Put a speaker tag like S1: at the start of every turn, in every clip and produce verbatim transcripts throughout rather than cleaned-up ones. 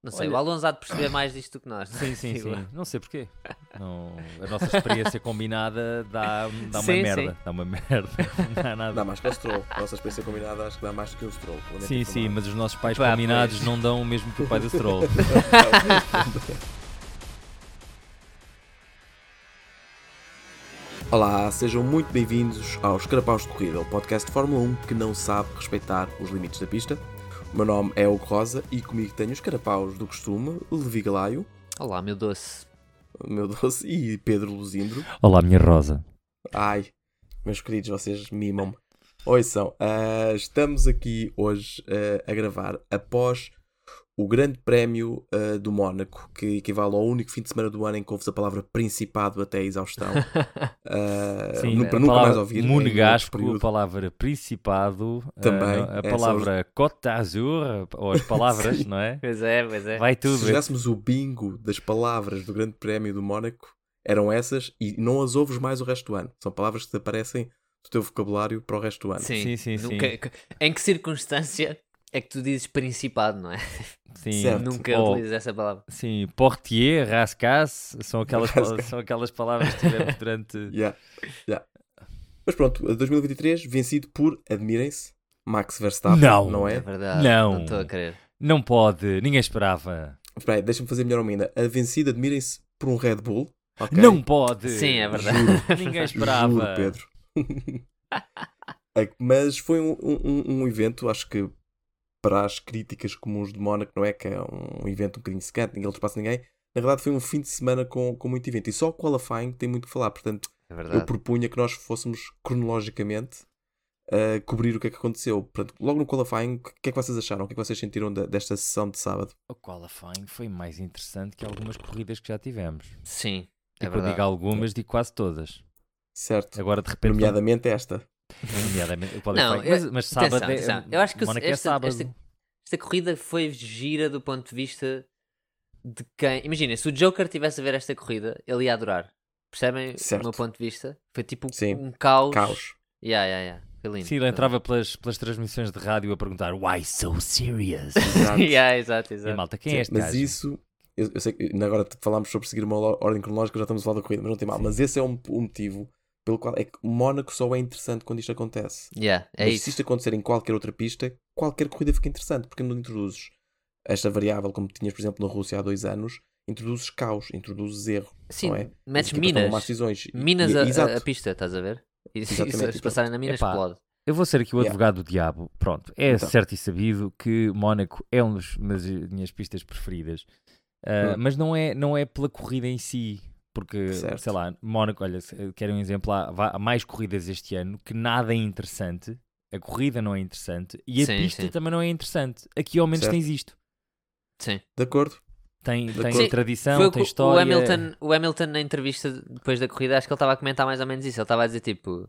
S1: Não sei,
S2: Olha...
S1: o Alonso há de perceber mais disto do que nós.
S2: Sim, sim, sim. Não sei porquê. Não... A nossa experiência combinada dá, dá uma
S1: sim,
S2: merda.
S1: Sim.
S2: Dá uma merda. Não dá nada.
S3: Dá mais que o Stroll. A nossa experiência combinada acho que dá mais que o Stroll.
S2: Sim, sim, mas os nossos pais
S1: Pá,
S2: combinados
S1: pois.
S2: não dão o mesmo que o pai do Stroll.
S3: Olá, sejam muito bem-vindos aos Carapaus de Corrida, o podcast de Fórmula um que não sabe respeitar os limites da pista. O meu nome é Hugo Rosa e comigo tenho os carapaus do costume, Levi Galaio.
S1: Olá, meu doce.
S3: Meu doce, e Pedro Luzindro.
S2: Olá, minha rosa.
S3: Ai, meus queridos, vocês mimam-me. Ouçam, uh, estamos aqui hoje uh, a gravar após o Grande Prémio uh, do Mónaco, que equivale ao único fim de semana do ano em que ouves a palavra Principado até a exaustão. Uh,
S2: Sim,
S3: nu- para
S2: a
S3: nunca
S2: palavra
S3: mais ouvir.
S2: monegasco, a palavra Principado,
S3: Também,
S2: a, a
S3: é,
S2: palavra Côte d'Azur, ou as palavras, não é?
S1: Pois é, pois é.
S2: Vai tudo.
S3: Se jogássemos o bingo das palavras do Grande Prémio do Mónaco, eram essas e não as ouves mais o resto do ano. São palavras que desaparecem do teu vocabulário para o resto do ano.
S1: Sim,
S2: Sim, sim,
S1: Nunca...
S2: sim.
S1: Em que circunstância é que tu dizes principado, não é?
S2: Sim.
S3: Certo.
S1: Nunca
S2: Ou-
S1: utilizas essa palavra.
S2: Sim, portier, rascasse, são aquelas,
S3: Rascasse.
S2: são aquelas palavras que tivemos durante...
S3: Yeah, yeah. Mas pronto, dois mil e vinte e três vencido por, admirem-se, Max Verstappen,
S2: Não.
S3: não
S1: É
S3: é?
S1: verdade.
S2: Não.
S1: Não estou a querer.
S2: Não pode, ninguém esperava.
S3: Espera aí, deixa-me fazer melhor uma ainda. A vencida, admirem-se, por um Red Bull. ok?
S2: Não pode.
S1: Sim, é verdade.
S2: Ninguém esperava.
S3: Juro, Pedro. É que- Mas foi um, um, um evento, acho que para as críticas comuns de Mónaco, não é? Que é um evento um bocadinho secante, ninguém ultrapassa ninguém. Na verdade foi um fim de semana com, com muito evento. E só o qualifying tem muito que falar. Portanto,
S1: É
S3: eu
S1: verdade.
S3: propunha que nós fôssemos cronologicamente a cobrir o que é que aconteceu. Portanto, logo no qualifying, o que é que vocês acharam? O que é que vocês sentiram da- desta sessão de sábado?
S2: O qualifying foi mais interessante que algumas corridas que já tivemos.
S1: Sim,
S2: E
S1: é
S2: quando
S1: verdade.
S2: digo algumas, digo quase todas.
S3: Certo?
S2: Agora de repente...
S3: Nomeadamente esta.
S2: Nomeadamente o
S1: Não,
S2: qualifying.
S1: eu-
S2: mas, mas sábado
S1: atenção,
S2: é...
S1: atenção. Eu acho que
S2: Mónaco é
S1: esta,
S2: sábado.
S1: esta, esta corrida foi gira do ponto de vista de quem... Imagina, se o Joker tivesse a ver esta corrida, ele ia adorar. Percebem
S3: Certo.
S1: o meu ponto de vista? Foi tipo
S3: Sim.
S1: um caos.
S3: Caos.
S1: Yeah, yeah, yeah. Foi lindo.
S2: Sim, ele entrava pelas, pelas transmissões de rádio a perguntar Why so serious?
S3: Exato.
S1: yeah, exato,
S2: E a
S1: exato.
S2: malta, quem
S3: Sim,
S2: é este
S3: mas
S2: gajo?
S3: isso, eu, eu sei que agora falámos sobre seguir uma lo- ordem cronológica, já estamos a falar da corrida, mas não tem mal. Mas esse é um, um motivo pelo qual é que o Mónaco só é interessante quando isto acontece.
S1: Yeah, é
S3: mas
S1: isso.
S3: se isto acontecer em qualquer outra pista, qualquer corrida fica interessante, porque não introduzes esta variável, como tinhas, por exemplo, na Rússia há dois anos, introduzes caos, introduzes erro.
S1: Sim,
S3: não é? As
S1: metes
S3: equipas tomam
S1: minas.
S3: más decisões. E-
S1: Minas
S3: e-
S1: a,
S3: exato.
S1: a, a pista, estás a ver? E se,
S3: Exatamente,
S1: se
S3: e
S1: passarem na mina,
S2: Epá,
S1: explode.
S2: Eu vou ser aqui o
S3: Yeah.
S2: advogado do diabo. Pronto, é
S3: Então.
S2: certo e sabido que Mónaco é uma das das minhas pistas preferidas. Ah,
S3: Hum.
S2: Mas não é, não é pela corrida em si. Porque,
S3: Certo.
S2: sei lá, Mónaco, olha, se- quero um exemplo, há, há mais corridas este ano que nada é interessante. A corrida não é interessante e a
S1: Sim,
S2: pista
S1: sim.
S2: também não é interessante. Aqui ao menos
S3: Certo.
S2: tens isto.
S1: Sim.
S3: De acordo?
S2: Tem,
S3: De
S2: tem
S3: acordo.
S2: tradição,
S1: Foi o,
S2: tem
S1: que
S2: história.
S1: o Hamilton, o Hamilton na entrevista depois da corrida, acho que ele estava a comentar mais ou menos isso. Ele estava a dizer tipo,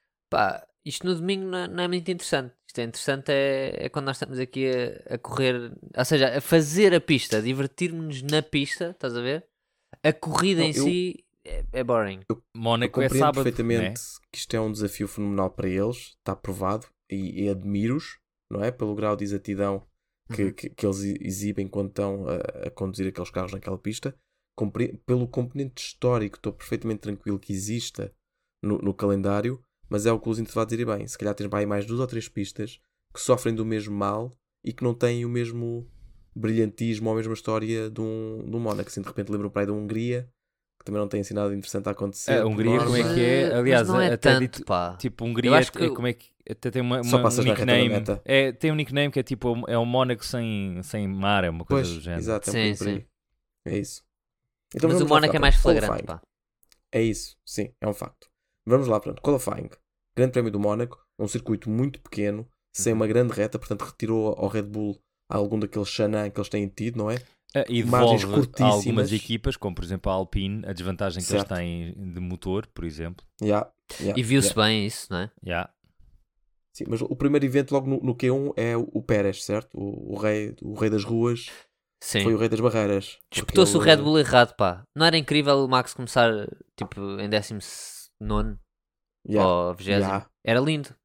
S1: pá, isto no domingo não, não é muito interessante. Isto é interessante é, é quando nós estamos aqui a, a correr, ou seja, a fazer a pista, a divertir-nos na pista, estás a ver? A corrida
S3: Não,
S1: em
S3: eu-
S1: si é, é boring.
S3: Eu
S2: Mónaco é
S3: compreendo
S2: sábado,
S3: perfeitamente
S2: né?
S3: que isto é um desafio fenomenal para eles, está provado, e, e admiro-os, não é? Pelo grau de exatidão que,
S1: Uhum.
S3: que, que eles exibem quando estão a, a conduzir aqueles carros naquela pista. Compre- pelo componente histórico, estou perfeitamente tranquilo que exista no, no calendário, mas é o que o Luzinho te vai dizer bem. Se calhar tens para aí mais duas ou três pistas que sofrem do mesmo mal e que não têm o mesmo brilhantismo ou a mesma história de um, de um Mónaco. Assim, de repente lembro para aí da Hungria, que também não tem assim nada de interessante a acontecer.
S2: A
S3: por
S2: Hungria, como é
S3: norma.
S2: que é?
S1: Mas-
S2: Aliás,
S1: mas não é
S2: até
S1: tanto,
S2: dito-
S1: pá.
S2: Tipo,
S1: Eu
S2: Hungria
S1: acho que
S2: é,
S1: eu-
S2: como é que até tem uma,
S3: Só
S2: uma- um
S3: passas na reta da
S2: nickname.
S3: meta.
S2: É, tem um nickname que é tipo é um Mónaco sem, sem mar, é uma coisa
S3: Pois,
S2: do género.
S3: exato, é um
S1: Sim,
S3: bocadinho por aí. É isso. Então
S1: Mas o
S3: vamos lá,
S1: Mónaco é
S3: pronto,
S1: mais flagrante,
S3: qualifying.
S1: pá.
S3: É isso, sim, é um facto. Vamos lá, pronto. Qualifying. Grande Prémio do Mónaco, um circuito muito pequeno, sem
S1: Uhum.
S3: uma grande reta, portanto retirou ao Red Bull algum daqueles chanã que eles têm tido, não é?
S2: Ah, e
S3: Margens
S2: devolve a
S3: curtíssimas.
S2: algumas equipas, como por exemplo a Alpine, a desvantagem que
S3: Certo.
S2: eles têm de motor, por exemplo.
S3: Yeah, yeah,
S1: E viu-se
S3: yeah.
S1: bem isso, não é?
S2: Yeah.
S3: Sim, mas o primeiro evento logo no, no Q um é o, o Pérez, certo? O, o, rei, o rei das ruas
S1: Sim.
S3: foi o rei das barreiras. porque
S1: Disputou-se o
S3: ele-
S1: Red Bull errado, pá. Não era incrível o Max começar tipo em décimo nono
S3: Yeah,
S1: ou vigésimo?
S3: yeah.
S1: Era lindo.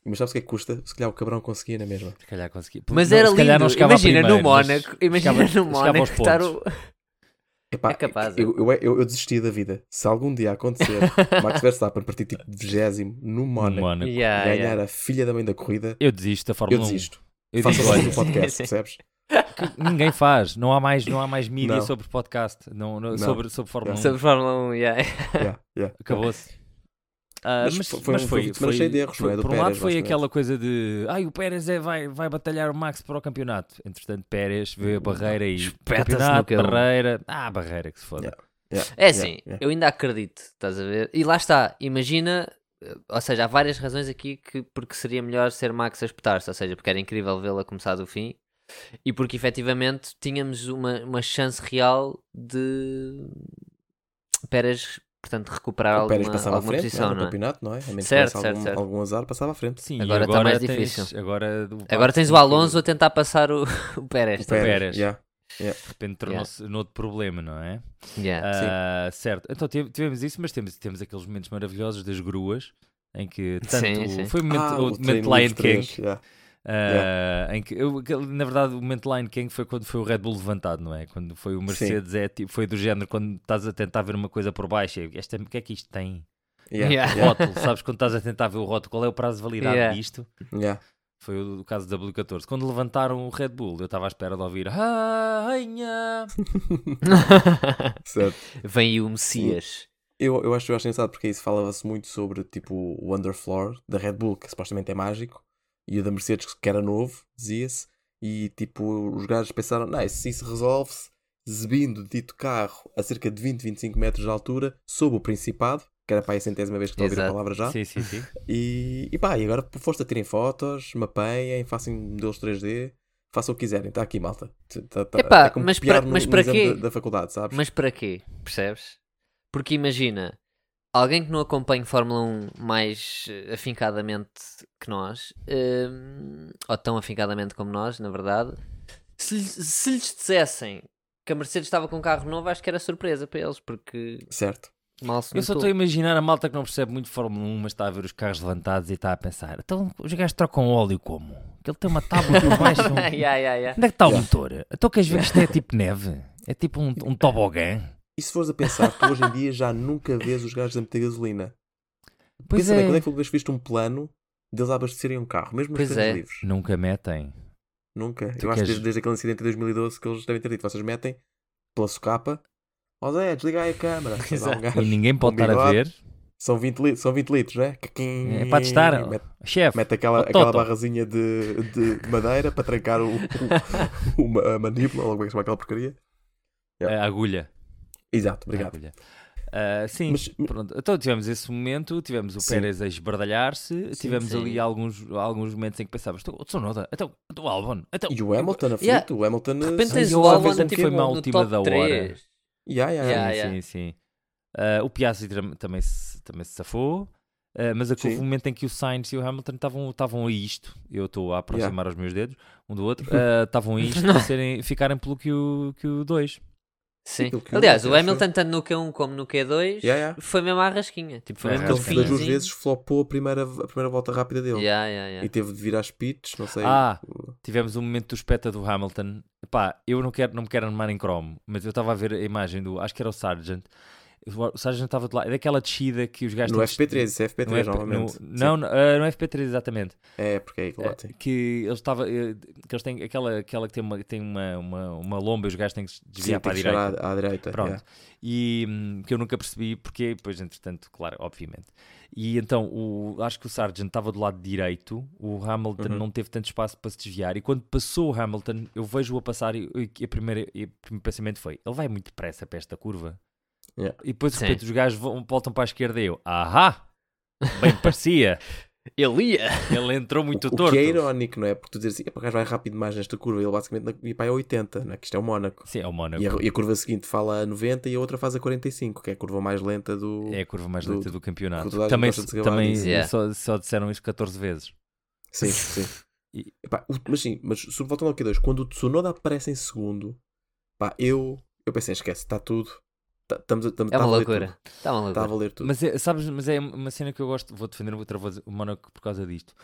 S3: Mas sabes o que é que custa? Se calhar o cabrão conseguia na mesma.
S2: Se calhar consegui.
S1: Mas
S2: Não,
S1: era
S2: se calhar
S1: lindo.
S2: não chegava a
S1: Imagina no
S2: primeiro, mas
S1: Mónaco. Imagina
S2: chegava-
S1: no
S2: chegava
S1: Mónaco
S2: aos
S1: estar
S2: pontos.
S1: o.
S3: Epá,
S1: É capaz,
S3: eu, eu, eu, eu desisti da vida. Se algum dia acontecer Max Verstappen partir tipo vigésimo no
S2: No
S3: Mónaco
S2: Mónaco.
S1: Yeah,
S3: ganhar
S1: yeah.
S3: a filha da mãe da corrida,
S2: Eu desisto da
S3: eu
S2: Fórmula um.
S3: desisto.
S2: Eu
S3: Faço
S2: digo,
S3: o
S2: olha,
S3: podcast,
S1: Sim, sim.
S3: percebes?
S2: que ninguém faz. Não há mais, não há mais mídia
S3: Não.
S2: sobre podcast. Não, não-
S3: Não.
S2: Sobre, sobre Fórmula
S3: Yeah.
S2: um.
S1: Sobre Fórmula um, yeah.
S3: Yeah, yeah.
S2: Acabou-se. Ah,
S3: Mas
S2: mas,
S3: foi- foi
S2: mas
S3: um-
S2: foi,
S3: foi uma semana cheia de erros,
S2: foi-
S3: não é? Do
S2: por um
S3: Pérez,
S2: lado foi
S3: basicamente.
S2: aquela coisa de ai, o Pérez é, vai, vai batalhar o Max para o campeonato. Entretanto, Pérez vê a barreira e
S1: Espeta-se
S2: campeonato,
S1: no Q um.
S2: barreira. Ah, barreira que se foda.
S3: Yeah. Yeah,
S1: É assim,
S3: yeah, yeah.
S1: eu ainda acredito, estás a ver? E lá está, imagina, eh, ou seja, há várias razões aqui que porque seria melhor ser Max a espetar-se, ou seja, porque era incrível vê-la começar do fim e porque efetivamente tínhamos uma, uma chance real de Pérez, portanto, recuperar
S3: O Pérez
S1: alguma,
S3: passava à
S1: alguma
S3: frente,
S1: posição,
S3: não é? No
S1: não é?
S3: campeonato, não é? A menos que
S1: Certo,
S3: tivesse
S1: certo,
S3: algum,
S1: certo.
S3: algum azar, passava à frente.
S2: Sim,
S1: Agora
S2: e
S1: tá mais
S2: tens-
S1: difícil.
S2: Agora, o
S1: Agora
S2: Max
S1: tens
S2: tem
S1: o
S2: que-
S1: Alonso a tentar passar o, o Pérez.
S3: O
S1: estás a ver?
S3: Pérez,
S2: Pérez.
S3: yeah.
S2: De repente tornou-se noutro problema, não é?
S1: Yeah.
S2: Ah, certo. Então tive- tivemos isso, mas temos, temos aqueles momentos maravilhosos das gruas em que tanto
S1: Sim, sim.
S2: foi o momento,
S3: Ah,
S2: o
S3: o
S2: momento
S3: treino
S2: de Lion
S3: livre três,
S2: King.
S3: yeah.
S2: ah, em que eu, aquele- na verdade, o momento de Lion King foi quando foi o Red Bull levantado, não é? Quando foi o Mercedes, é, tipo, foi do género quando estás a tentar ver uma coisa por baixo. e, Esta, o que é que isto tem?
S3: Yeah,
S1: Yeah.
S3: yeah,
S2: Rótulo, sabes quando estás a tentar ver o rótulo, qual é o prazo de validade
S1: Yeah.
S2: disto?
S3: yeah.
S2: Foi o, o caso da W catorze. Quando levantaram o Red Bull, eu estava à espera de ouvir rainha.
S3: Certo.
S1: Vem aí o Messias.
S3: Eu, eu acho, eu acho engraçado porque isso falava-se muito sobre tipo o underfloor da Red Bull, que supostamente é mágico, e o da Mercedes, que era novo, dizia-se, e tipo os gajos pensaram, não, isso, isso resolve-se exibindo dito carro a cerca de vinte, vinte e cinco metros de altura, sob o Principado, que era para aí a centésima vez que estou a ouvir a
S1: Exato.
S3: palavra já,
S2: Sim, sim, sim.
S3: e, e pá, e agora foste a tirem fotos, mapeiem, façam modelos três D, façam o que quiserem, está aqui, malta. Tá, tá,
S1: Epá,
S3: é como
S1: mas
S3: copiar
S1: para-
S3: no-
S1: mas
S3: no
S1: para
S3: exame
S1: quê?
S3: Da, da faculdade, sabes?
S1: Mas para quê? Percebes? Porque imagina, alguém que não acompanha Fórmula um mais eh, afincadamente que nós, hum, ou tão afincadamente como nós, na verdade, se, lhes- se lhes dissessem que a Mercedes estava com um carro novo, acho que era surpresa para eles, porque
S3: Certo.
S1: mal se
S2: Eu só
S1: notou.
S2: estou a imaginar a malta que não percebe muito de Fórmula um, mas está a ver os carros levantados e está a pensar: então os gajos trocam óleo como? Que ele tem uma tábua por baixo. um-
S1: yeah, yeah, yeah.
S2: Onde é que está o
S3: Yeah.
S2: motor? Então queres ver que isto é tipo neve? É tipo um, um tobogã?
S3: E se fores a pensar, tu hoje em dia já nunca vês os gajos a meter gasolina.
S2: Pois
S3: Pensa bem,
S2: é.
S3: quando é que foi uma vez que viste um plano deles a abastecerem um carro, mesmo nos
S1: Pois
S3: treinos
S1: é.
S3: livres?
S2: Nunca metem.
S3: Nunca.
S2: Tu
S3: Eu acho
S2: queres-
S3: que desde, desde aquele incidente de dois mil e doze que eles devem ter dito, vocês metem pela socapa, ó Zé, desliga aí a câmara. Vai lá um
S1: Exato.
S3: gajo
S2: E ninguém pode
S3: com
S2: estar a
S3: bigode.
S2: ver.
S3: São vinte, li- são vinte litros, né?
S2: É para testar.
S3: Mete,
S2: Chefe,
S3: mete aquela,
S2: ó,
S3: aquela
S2: Toto.
S3: barrazinha de, de madeira para trancar o, o, o- a manípula, ou como é que se chama aquela porcaria.
S2: a agulha.
S3: Exato,
S2: A
S3: obrigado.
S2: agulha. Ah, sim,
S3: Mas-
S2: pronto. Então tivemos esse momento, tivemos o
S3: Sim.
S2: Pérez a esbardalhar-se, tivemos
S1: sim.
S2: ali alguns, alguns momentos em que pensavas: "Então, o Tsunoda, então, então o Albon, então,
S3: E o Hamilton aflito,
S1: Yeah.
S3: o Hamilton...
S1: De repente
S3: sim,
S1: tens
S3: sim,
S1: o
S3: sim,
S1: Albon
S3: sim,
S2: que
S1: tipo,
S2: foi uma
S1: no
S2: última
S1: top
S2: da hora.
S1: três.
S3: Yeah, yeah,
S1: Yeah,
S3: yeah.
S2: sim,
S1: yeah.
S2: sim, sim. Ah, o Piastri tam- também se, também se safou, ah, mas houve
S3: Sim.
S2: um momento em que o Sainz e o Hamilton estavam estavam a isto. Eu estou a aproximar os meus dedos um do outro, ah, estavam a isto de serem, ficarem pelo que o, que o dois.
S1: Sim.
S3: Aquilo que eu
S1: Aliás,
S3: acho,
S1: o
S3: acho
S1: Hamilton, tanto no Q um como no Q dois,
S3: Yeah, yeah.
S1: foi mesmo à rasquinha. Tipo, foi
S2: Foi
S1: mesmo
S2: à
S1: no
S3: Ele
S2: rasquinha.
S3: das duas
S1: finzinho.
S3: vezes flopou a primeira, a primeira volta rápida dele.
S1: Yeah, yeah, yeah.
S3: E teve de vir às pits, não sei.
S2: Ah, tivemos um momento do espeta do Hamilton. Pá, eu não, quero, não me quero animar em cromo, mas eu estava a ver a imagem do, acho que era o Sargent. O Sargent estava de lá, é daquela descida que os gajos
S3: No
S2: têm
S3: F P três, isso é F P
S2: no
S3: três
S2: F P
S3: novamente.
S2: no- não, no, ah, no F P três, exatamente.
S3: É, porque é igual, sim.
S2: Que eles estava, eh, que eles têm aquela, aquela que tem uma, tem uma, uma, uma lomba e os gajos têm que se
S3: Sim,
S2: desviar
S3: tem
S2: para a
S3: que chegar
S2: direita.
S3: à, à direita.
S2: Pronto.
S3: yeah.
S2: E hum, que eu nunca percebi porque, pois, entretanto, claro, obviamente. E então, o, acho que o Sargent estava do lado direito, o Hamilton
S3: Uhum.
S2: não teve tanto espaço para se desviar. E quando passou o Hamilton, eu vejo-o a passar e, e a primeira, e o primeiro pensamento foi: ele vai muito depressa para esta curva.
S3: Yeah.
S2: E depois, de
S1: Sim.
S2: repente, os gajos vão, voltam para a esquerda e eu: ahá, bem parecia.
S1: Ele ia.
S2: Ele entrou muito
S3: O, o
S2: torto.
S3: que é irónico, não é? Porque tu dizes assim, "Epá, o gajo vai rápido demais nesta curva", ele basicamente ia para a oitenta, não é? Que isto é o Mónaco.
S2: Sim, é o Mónaco.
S3: E a, e a curva seguinte fala a noventa e a outra faz a quarenta e cinco, que é a curva mais lenta do.
S2: É a curva mais
S3: do-
S2: lenta do campeonato.
S3: que toda a gente
S2: Também,
S3: gosta de se gabar
S2: também
S3: disso.
S1: Yeah.
S2: só, só disseram isso catorze vezes.
S3: Sim, sim.
S2: E-
S3: Epá, o- mas sim, mas sobre- voltando ao Q dois, quando o Tsunoda aparece em segundo, pá, eu, eu pensei, esquece, está tudo. Tá- Estamos a, estamos,
S1: É
S3: tá a
S1: uma
S3: valer
S1: loucura.
S3: tudo.
S1: Está uma
S3: Está a
S1: loucura.
S3: valer tudo.
S2: Mas é, sabes, mas é uma cena que eu gosto, vou defender outra vez o Mónaco por causa disto.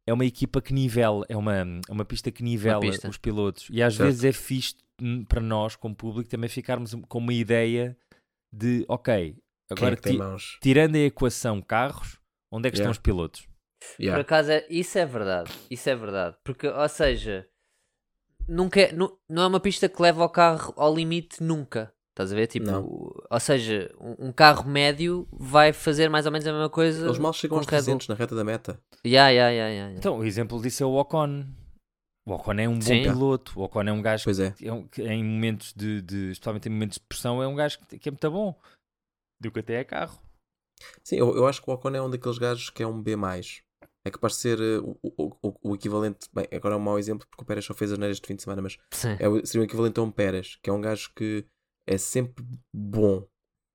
S2: é uma equipa que nivela, é uma, é uma pista que nivela
S1: pista.
S2: os pilotos. E às
S3: Certo.
S2: vezes é fixe para nós, como público, também ficarmos com uma ideia de, ok,
S3: Quem
S2: agora
S3: é que tem
S2: ti-
S3: mãos?
S2: tirando a equação carros, onde é que
S3: Yeah.
S2: estão os pilotos?
S1: Por
S3: Yeah.
S1: acaso, é- isso é verdade. Isso é verdade. Porque, ou seja, nunca é, nu- não é uma pista que leva o carro ao limite nunca. Estás a ver? Tipo,
S3: Não.
S1: ou seja, um, um carro médio vai fazer mais ou menos a mesma coisa.
S3: Eles mal chegam
S1: com
S3: aos
S1: Red Bull.
S3: trezentos na reta da meta.
S1: Yeah, yeah, yeah, yeah, yeah.
S2: Então, o exemplo disso é o Ocon. O Ocon é um bom
S1: Sim.
S2: piloto. O Ocon é um gajo
S3: Pois é.
S2: que, é um- que em momentos de, de, especialmente em momentos de pressão, é um gajo que, que é muito bom. Do que até é carro.
S3: Sim, eu, eu acho que o Ocon é um daqueles gajos que é um B mais. É capaz de ser uh, o, o, o, o equivalente. Bem, agora é um mau exemplo porque o Pérez só fez as neiras de fim de semana, mas
S1: Sim.
S3: é, o- seria o equivalente a um Pérez, que é um gajo que é sempre bom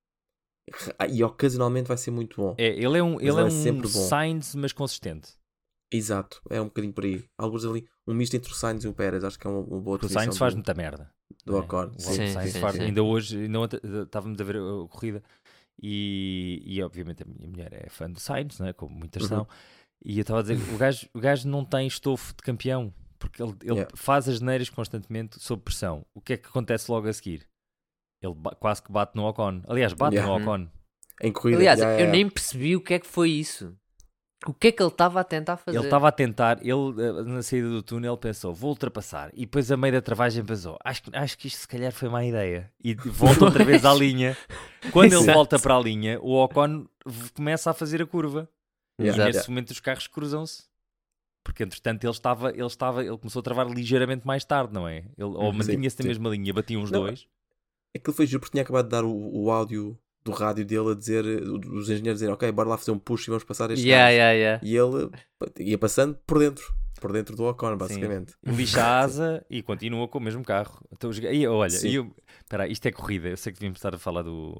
S3: e ocasionalmente vai ser muito bom.
S2: É, ele é um, ele
S3: ele
S2: é
S3: é
S2: um
S3: sempre bom.
S2: Sainz, mas consistente.
S3: Exato, é um bocadinho por aí. Alguns ali, um misto entre o Sainz e o Pérez, acho que é uma, uma boa
S2: Porque o
S3: definição
S2: Sainz faz
S3: do,
S2: muita merda.
S3: do
S2: não é?
S3: Ocon.
S2: O
S3: Sim.
S1: Sim,
S2: Sainz
S1: sim,
S2: faz-
S1: sim.
S2: Ainda hoje, ainda ontem, eh, estávamos a ver a, a corrida e, e obviamente a minha mulher é fã do Sainz, não é? Como muitas
S3: Uhum.
S2: são. E eu estava a dizer, o gajo, o gajo não tem estofo de campeão, porque ele, ele
S3: Yeah.
S2: faz as neiras constantemente sob pressão. O que é que acontece logo a seguir? Ele ba- quase que bate no Ocon. Aliás, bate
S3: Yeah.
S2: no Ocon.
S3: Em corrida,
S1: Aliás,
S3: yeah,
S1: eu
S3: yeah,
S1: nem percebi o que é que foi isso. O que é que ele estava a tentar fazer?
S2: Ele estava a tentar, ele eh, na saída do túnel pensou, vou ultrapassar. E depois a meio da travagem pensou, acho, que- acho que isto se calhar foi má ideia. E volta outra vez à linha. Quando ele
S1: Exato.
S2: volta para a linha, o Ocon v- começa a fazer a curva.
S3: Yeah,
S2: E
S1: Exato.
S2: nesse
S3: yeah.
S2: momento os carros cruzam-se. Porque entretanto ele estava, ele estava, ele começou a travar ligeiramente mais tarde, não é? Ele, ou
S1: Uhum.
S2: mantinha-se na
S3: sim.
S2: mesma linha, batiam os
S3: Não,
S2: dois.
S3: Aquilo foi giro porque tinha acabado de dar o, o áudio do rádio dele a dizer, os engenheiros dizerem, ok, bora lá fazer um push e vamos passar este
S1: Yeah,
S3: carro.
S1: yeah, yeah.
S3: E ele pá, ia passando por dentro, por dentro do Ocon, basicamente.
S2: Lixa a asa e continua com o mesmo carro. Então, os... e, olha,
S3: Sim.
S2: e eu... Espera, isto é corrida. Eu sei que devíamos estar a falar do...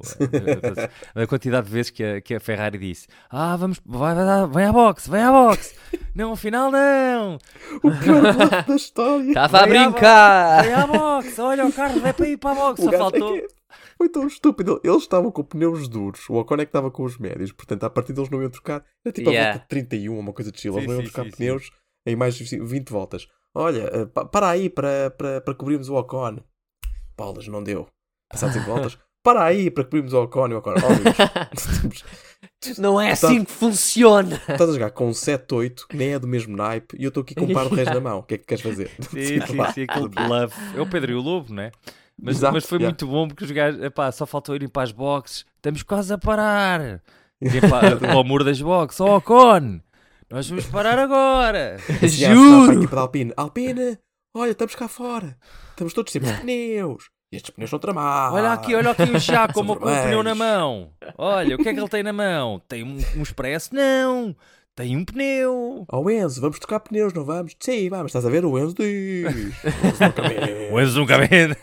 S2: da quantidade de vezes que a, que a Ferrari disse ah, vamos, vai, vai, vai, vai à boxe, vai à boxe. Não, afinal não.
S3: O pior bluff da história.
S1: Estava a
S2: Vai à
S1: brincar!
S2: Vai à boxe. Olha, o carro vai para ir para a boxe.
S3: O
S2: Só
S3: gajo é
S2: faltou...
S3: que foi tão estúpido. Eles estavam com pneus duros, o Ocon é que estava com os médios, portanto, a partir deles não iam trocar. Era tipo a
S1: Yeah.
S3: volta de trinta e um, uma coisa de estilo. Eles
S2: Sim,
S3: não iam
S2: sim,
S3: trocar
S2: sim,
S3: pneus em mais de vinte voltas. Olha, eh, pa- para aí para, para, para cobrirmos o Ocon. Paulas, não deu. Passados cinco voltas. Para aí para cobrirmos o Ocon e o Ocon. Oh, amigos,
S1: Não é
S3: Tá-
S1: assim que funciona!
S3: estás a jogar com um sete oito que nem é do mesmo naipe e eu estou aqui com um par de reis na mão. O que é que queres fazer?
S2: Sim, sim,
S3: Pá,
S2: sim, aquele bluff. É o Pedro e o Lobo, não é? Mas,
S3: Exato,
S2: mas foi
S3: yeah.
S2: muito bom porque os gajos, epá, só faltou irem para as boxes. Estamos quase a parar. Irem para, para o muro das boxes. Oh, Ocon, nós vamos parar agora.
S3: Esse gajo estava para a
S1: Juro!
S3: equipa da Alpine. Alpine, olha, estamos cá fora. Estamos todos sempre pneus. E estes pneus são tramados.
S2: Olha aqui, olha aqui o chá com,
S3: São
S2: o- com o pneu na
S3: vermelhos.
S2: mão. Olha, o que é que ele tem na mão? Tem um, um expresso? Não. Tem um pneu.
S3: Ó Enzo, vamos trocar pneus, não vamos? Sim, vamos, estás a ver? O Enzo diz. O Enzo nunca vê.
S2: O Enzo nunca vende.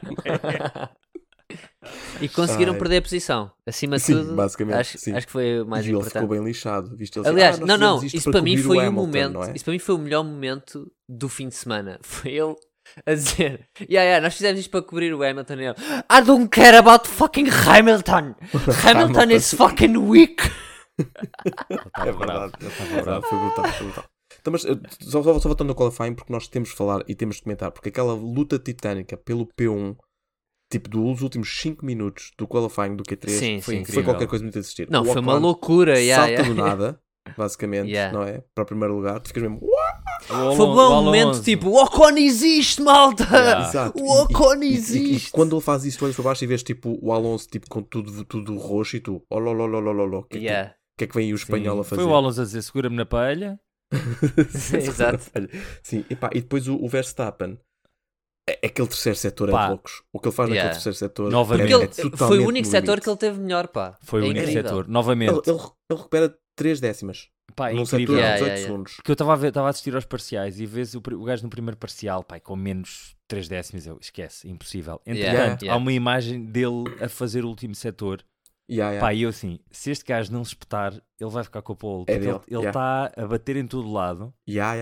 S1: E conseguiram
S3: Ai.
S1: perder a posição. Acima de
S3: Sim,
S1: tudo,
S3: basicamente,
S1: acho,
S3: sim.
S1: acho que foi o mais
S3: E ele
S1: importante.
S3: ficou bem lixado. Viste ele
S1: Aliás,
S3: dizer, ah,
S1: não,
S3: nós
S1: não,
S3: fizemos isto
S1: isso para mim
S3: cobrir
S1: foi o
S3: Hamilton,
S1: momento.
S3: não é?
S1: Isso para mim foi o melhor momento do fim de semana. Foi ele a dizer: yeah, yeah, nós fizemos isto para cobrir o Hamilton. E ele, I don't care about fucking Hamilton. Hamilton is fucking weak.
S3: É verdade, é verdade, foi brutal, foi brutal. Então, mas, eh, só, só, só voltando ao qualifying, porque nós temos de falar e temos de comentar, porque aquela luta titânica pelo P um, tipo, dos últimos cinco minutos do qualifying do Q três,
S1: Sim,
S3: foi,
S1: sim,
S3: foi
S2: sim.
S3: qualquer coisa muito a assistir.
S1: Não,
S3: O
S1: foi uma
S3: Ocon
S1: loucura. Yeah,
S3: salta
S1: yeah.
S3: do nada, basicamente,
S1: Yeah.
S3: não é? Para o primeiro lugar, tu ficas mesmo, "What?"
S2: O
S1: Foi
S2: Alon-
S1: bom
S2: o
S1: um momento
S2: Alonso.
S1: tipo: o Ocon existe, malta!
S2: Yeah.
S3: Exato.
S1: O Ocon
S3: E- e- e-
S1: existe!
S3: E, quando ele faz isso, tu olhas para baixo e vês tipo o Alonso tipo, com tudo, tudo roxo e tu, ololololololo, o que, é que-
S1: Yeah.
S3: que é que vem aí o espanhol
S2: Sim,
S3: a fazer?
S2: Foi o Alonso a dizer segura-me na palha.
S1: Sim, exato.
S3: Sim, e, pá, e depois o, o Verstappen, é, aquele terceiro setor
S2: Pá.
S3: é de loucos. O que ele faz
S1: Yeah.
S3: naquele terceiro setor
S2: Novamente.
S3: é,
S1: Porque
S3: é
S1: ele,
S3: totalmente
S1: foi o único
S3: no
S1: setor
S3: limite.
S1: que ele teve melhor, pá.
S2: Foi o
S1: É
S2: único
S1: incrível.
S2: setor. Novamente.
S3: Ele, ele, ele recupera três décimas
S2: Pá,
S3: num
S2: incrível.
S3: setor de
S1: Yeah,
S3: dezoito
S1: yeah, yeah.
S3: segundos.
S2: Porque eu estava a, ver- estava a assistir aos parciais e vês o, pri- o gajo no primeiro parcial, pá, com menos três décimos, eu esquece, impossível. Entretanto,
S1: Yeah, yeah.
S2: há uma imagem dele a fazer o último setor.
S3: Yeah, yeah.
S2: Pá, e eu assim, se este gajo não se espetar, ele vai ficar com a pole.
S3: É
S2: Porque
S3: dele,
S2: ele está
S3: yeah.
S2: a bater em todo lado.
S3: Yeah, yeah, yeah.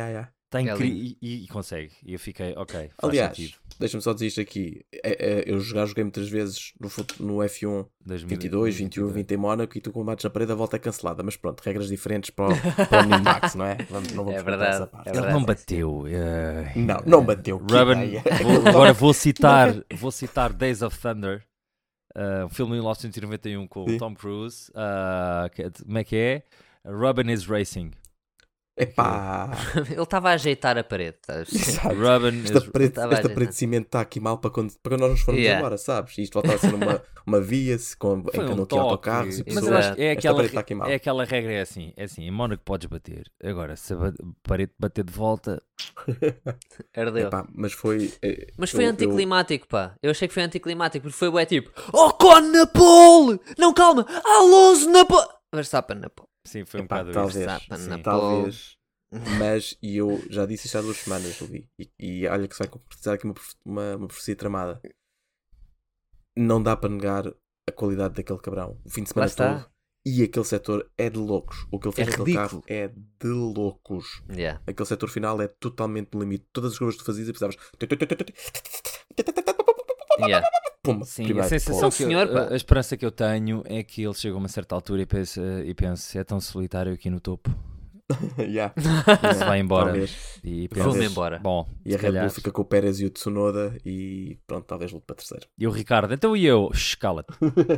S2: Tem
S1: É
S2: cri-
S1: lindo.
S2: e, e consegue. E eu fiquei, ok, faz
S3: Aliás,
S2: sentido.
S3: deixa-me só dizer isto aqui. É, é, eu já joguei muitas vezes no, fut- no F um vinte e dois, vinte e um, vinte em Mónaco e tu combates na parede, a volta é cancelada. Mas pronto, regras diferentes para o, para o Minimax, não é? Vamos, não vamos
S1: É
S3: contar
S1: verdade,
S3: essa parte.
S1: é
S2: Ele
S1: verdade.
S2: não bateu. eh,
S3: Não, não bateu. Que
S2: Ruben,
S3: ideia.
S2: vou- agora vou citar, vou citar Days of Thunder, uh, um filme de mil novecentos e noventa e um com o
S3: Sim.
S2: Tom Cruise. uh, que- como é que é? Ruben is Racing.
S3: Epá.
S1: Ele estava a ajeitar a parede, estás?
S3: Exato.
S2: Ruben
S3: Esta
S2: is...
S3: parede,
S1: Estava a
S3: esta
S1: ajeitar.
S3: parede de cimento está aqui mal para quando, para quando nós nos formos
S1: Yeah.
S3: embora, sabes? Isto volta a ser uma, uma via se com, em
S2: Foi
S3: que
S2: um
S3: andam aqui
S2: toque.
S3: autocarros e
S2: Mas
S3: pessoas.
S2: eu acho que é
S3: Esta
S2: aquela,
S3: parede está aqui mal.
S2: é aquela regra, é assim, é assim, em Mónaco podes bater. Agora, se a ba- parede bater de volta...
S1: Ardeu.
S3: Epá, mas foi. eh,
S1: Mas foi
S3: eu- eu-
S1: anticlimático, pá. Eu achei que foi anticlimático, porque foi bué tipo Ocon na pole! Não, calma! Alonso na pole! Verstappen na pole.
S2: Sim, foi um
S3: Epá,
S2: bocado
S3: talvez.
S2: isso.
S1: Verstappen
S2: Sim.
S1: na
S3: Talvez. Mas, e eu já disse isto há duas semanas, Levi, e, e olha que se vai concretizar aqui uma, profe- uma, uma profecia tramada. Não dá para negar a qualidade daquele cabrão. O fim de
S1: Lá
S3: semana
S1: está.
S3: todo. E aquele setor é de loucos. O que ele fez
S1: É
S3: naquele
S1: ridículo.
S3: carro é de loucos.
S1: Yeah.
S3: Aquele setor final é totalmente no limite. Todas as coisas que tu fazias e precisavas.
S1: Yeah.
S3: Pum,
S2: Sim,
S3: primeiro,
S2: a sensação
S1: Pô,
S2: que eu-
S1: senhor, pá.
S2: a, a esperança que eu tenho é que ele chega a uma certa altura e pensa, e pensa é tão solitário aqui no topo.
S3: Yeah.
S2: Se vai embora.
S3: Talvez.
S2: E
S1: Vou-me
S2: pensa,
S1: embora.
S2: Bom,
S3: E
S2: se
S3: a Red Bull
S2: calhar.
S3: fica com o Pérez e o Tsunoda e pronto, talvez lute para terceiro.
S2: E o Ricardo, então e eu? Shhh, cala-te.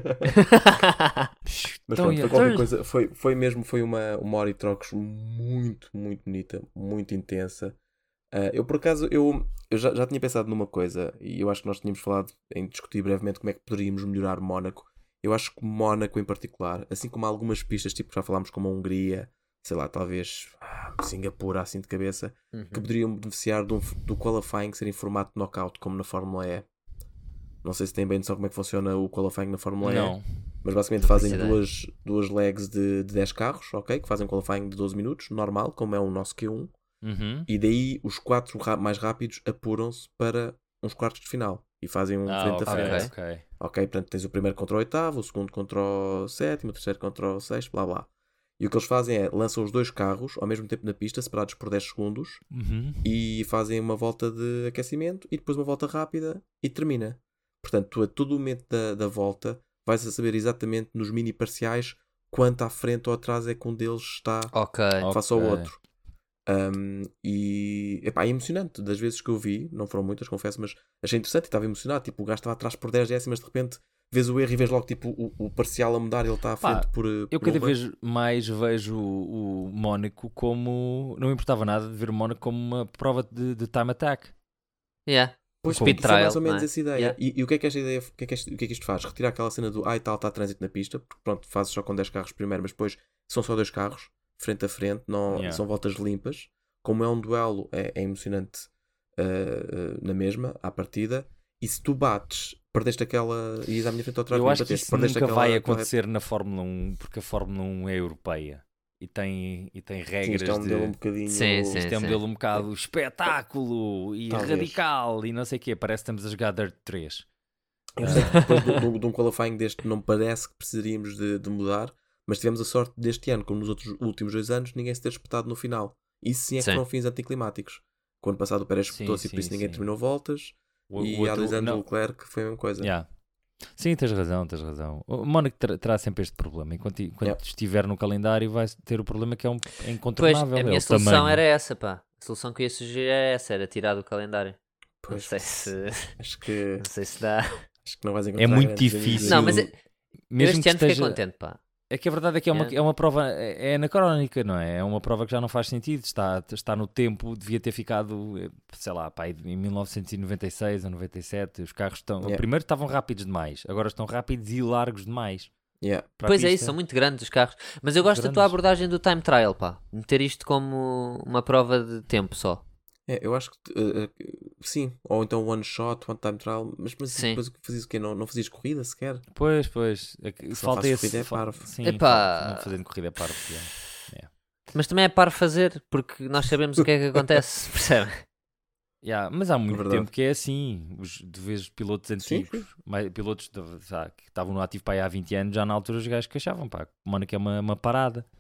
S2: Shhh,
S3: Mas
S2: então
S3: pronto,
S2: e
S3: foi
S2: eu?
S3: qualquer coisa, foi, foi mesmo, foi uma, uma hora e trocos muito, muito bonita, muito intensa. Ah, eu por acaso, eu, eu já, já tinha pensado numa coisa, e eu acho que nós tínhamos falado em discutir brevemente como é que poderíamos melhorar Mónaco. Eu acho que Mónaco em particular, assim como algumas pistas, tipo já falámos como a Hungria, sei lá, talvez ah, Singapura assim de cabeça,
S1: Uhum.
S3: que poderiam beneficiar de um, do qualifying ser em formato knockout, como na Fórmula E. Não sei se têm bem noção como é que funciona o qualifying na Fórmula E.
S2: Não.
S3: Mas basicamente
S1: Não
S3: fazem
S1: faço
S3: duas, duas legs de, de dez carros, ok? Que fazem qualifying de doze minutos, normal, como é o nosso Q um.
S2: Uhum.
S3: E daí os quatro ra- mais rápidos apuram-se para uns quartos de final. E fazem um
S2: Ah,
S3: frente
S2: ok,
S3: a frente.
S1: Ok.
S2: ok.
S3: Ok, portanto tens o primeiro contra o oitavo, o segundo contra o sétimo, o terceiro contra o sexto, blá blá. E o que eles fazem é, lançam os dois carros ao mesmo tempo na pista, separados por dez segundos,
S2: Uhum.
S3: e fazem uma volta de aquecimento e depois uma volta rápida e termina. Portanto, tu a todo momento da, da volta vais a saber exatamente nos mini parciais quanto à frente ou atrás é que um deles está
S1: Ok.
S3: face ao
S2: Ok.
S3: outro. Um, e epá, é emocionante. Das vezes que eu vi, não foram muitas, confesso, mas achei interessante e estava emocionado. Tipo, o gajo estava atrás por dez décimas, de repente vês o erro e vês logo tipo, o, o parcial a mudar e ele está à
S2: Pá,
S3: frente por. eh,
S2: Eu
S3: por
S2: cada
S3: uma.
S2: vez mais vejo o, o Mónaco como. Não me importava nada de ver o Mónaco como uma prova de, de time attack.
S1: Yeah.
S3: Pois,
S1: Speed
S3: isso é mais
S1: trial,
S3: ou menos
S1: não é?
S3: essa ideia.
S1: Yeah.
S3: E, e o que é que esta ideia, o que é que, este- o que é que isto faz? Retirar aquela cena do ai tal, está trânsito na pista, porque pronto, fazes só com dez carros primeiro, mas depois são só dois carros, frente a frente, não,
S2: Yeah.
S3: são voltas limpas. Como é um duelo, é, é emocionante uh, uh, na mesma, à partida. E se tu bates, perdeste aquela. E à minha frente outra vez,
S2: Eu acho que
S3: bateste,
S2: isso
S3: perdeste
S2: nunca
S3: aquela-
S2: vai
S3: aquela-
S2: acontecer na Fórmula um, porque a Fórmula um é europeia e tem, e tem
S3: Sim,
S2: regras
S3: isto é um modelo um
S2: de.
S3: bocadinho.
S1: Sim, sim.
S2: Isto é um modelo um bocado espetáculo e
S3: Talvez.
S2: radical e não sei o quê. Parece que estamos a jogar Dirt três.
S3: Eu sei que depois de, de- de um qualifying deste não parece que precisaríamos de, de mudar, mas tivemos a sorte deste ano, como nos outros últimos dois anos, ninguém se ter espetado no final. Isso sim é que
S1: Sim.
S3: foram fins anticlimáticos. Quando passado o Pérez
S2: Sim,
S3: espetou-se e por
S2: sim,
S3: isso ninguém
S2: sim.
S3: terminou voltas.
S2: O,
S3: e
S2: o
S3: há
S2: outro-
S3: dois anos
S2: não,
S3: o Leclerc foi a mesma coisa.
S2: yeah. Sim, tens razão, tens razão. O Mónaco ter- terá sempre este problema. Enquanto, enquanto
S3: Yeah.
S2: estiver no calendário, vai ter o problema que é, um, é
S1: Pois,
S2: incontornável.
S1: a
S2: é
S1: minha
S2: o
S1: solução
S2: tamanho.
S1: era essa, pá. A solução que eu ia sugerir era essa, era tirar do calendário. Não
S3: Pois,
S1: sei se,
S3: acho, que,
S1: não sei se dá.
S3: acho que não vais encontrar.
S2: É muito
S3: grandes
S2: difícil.
S3: amigos.
S1: Não, mas é- Eu
S2: Mesmo
S1: este
S2: que
S1: ano fiquei
S2: esteja-
S1: contente, pá.
S2: É que a verdade é que é uma,
S1: Yeah.
S2: é uma prova, é é anacrónica, não é? É uma prova que já não faz sentido. Está, está no tempo, devia ter ficado, eh, sei lá, pá, em mil novecentos e noventa e seis ou noventa e sete. Os carros estão.
S3: Yeah.
S2: Primeiro estavam rápidos demais, agora estão rápidos e largos demais.
S3: Yeah.
S2: Para a
S1: Pois é
S2: pista.
S1: isso, são muito grandes os carros. Mas eu gosto da tua
S2: Grandes.
S1: abordagem do time trial, pá. Meter isto como uma prova de tempo só.
S3: É, eu acho que uh, uh, sim, ou então one shot, one time trial, mas, mas
S1: Sim.
S3: depois o que fazias o quê? Não, não fazias corrida sequer?
S2: Pois, pois. É que falta
S3: fazes
S2: esse.
S3: corrida é
S2: fa-
S3: parvo.
S2: Sim,
S1: Epá.
S2: fa- não fazendo corrida é parvo. yeah.
S1: Mas também é para fazer, porque nós sabemos o que é que acontece, percebe?
S2: Yeah, mas há muito
S3: Verdade.
S2: tempo que é assim. Os, de vez pilotos
S3: Sim,
S2: antigos, mais- pilotos de- sabe, que estavam no ativo para aí há vinte anos, já na altura os gajos queixavam, pá, o Mónaco é uma, uma parada.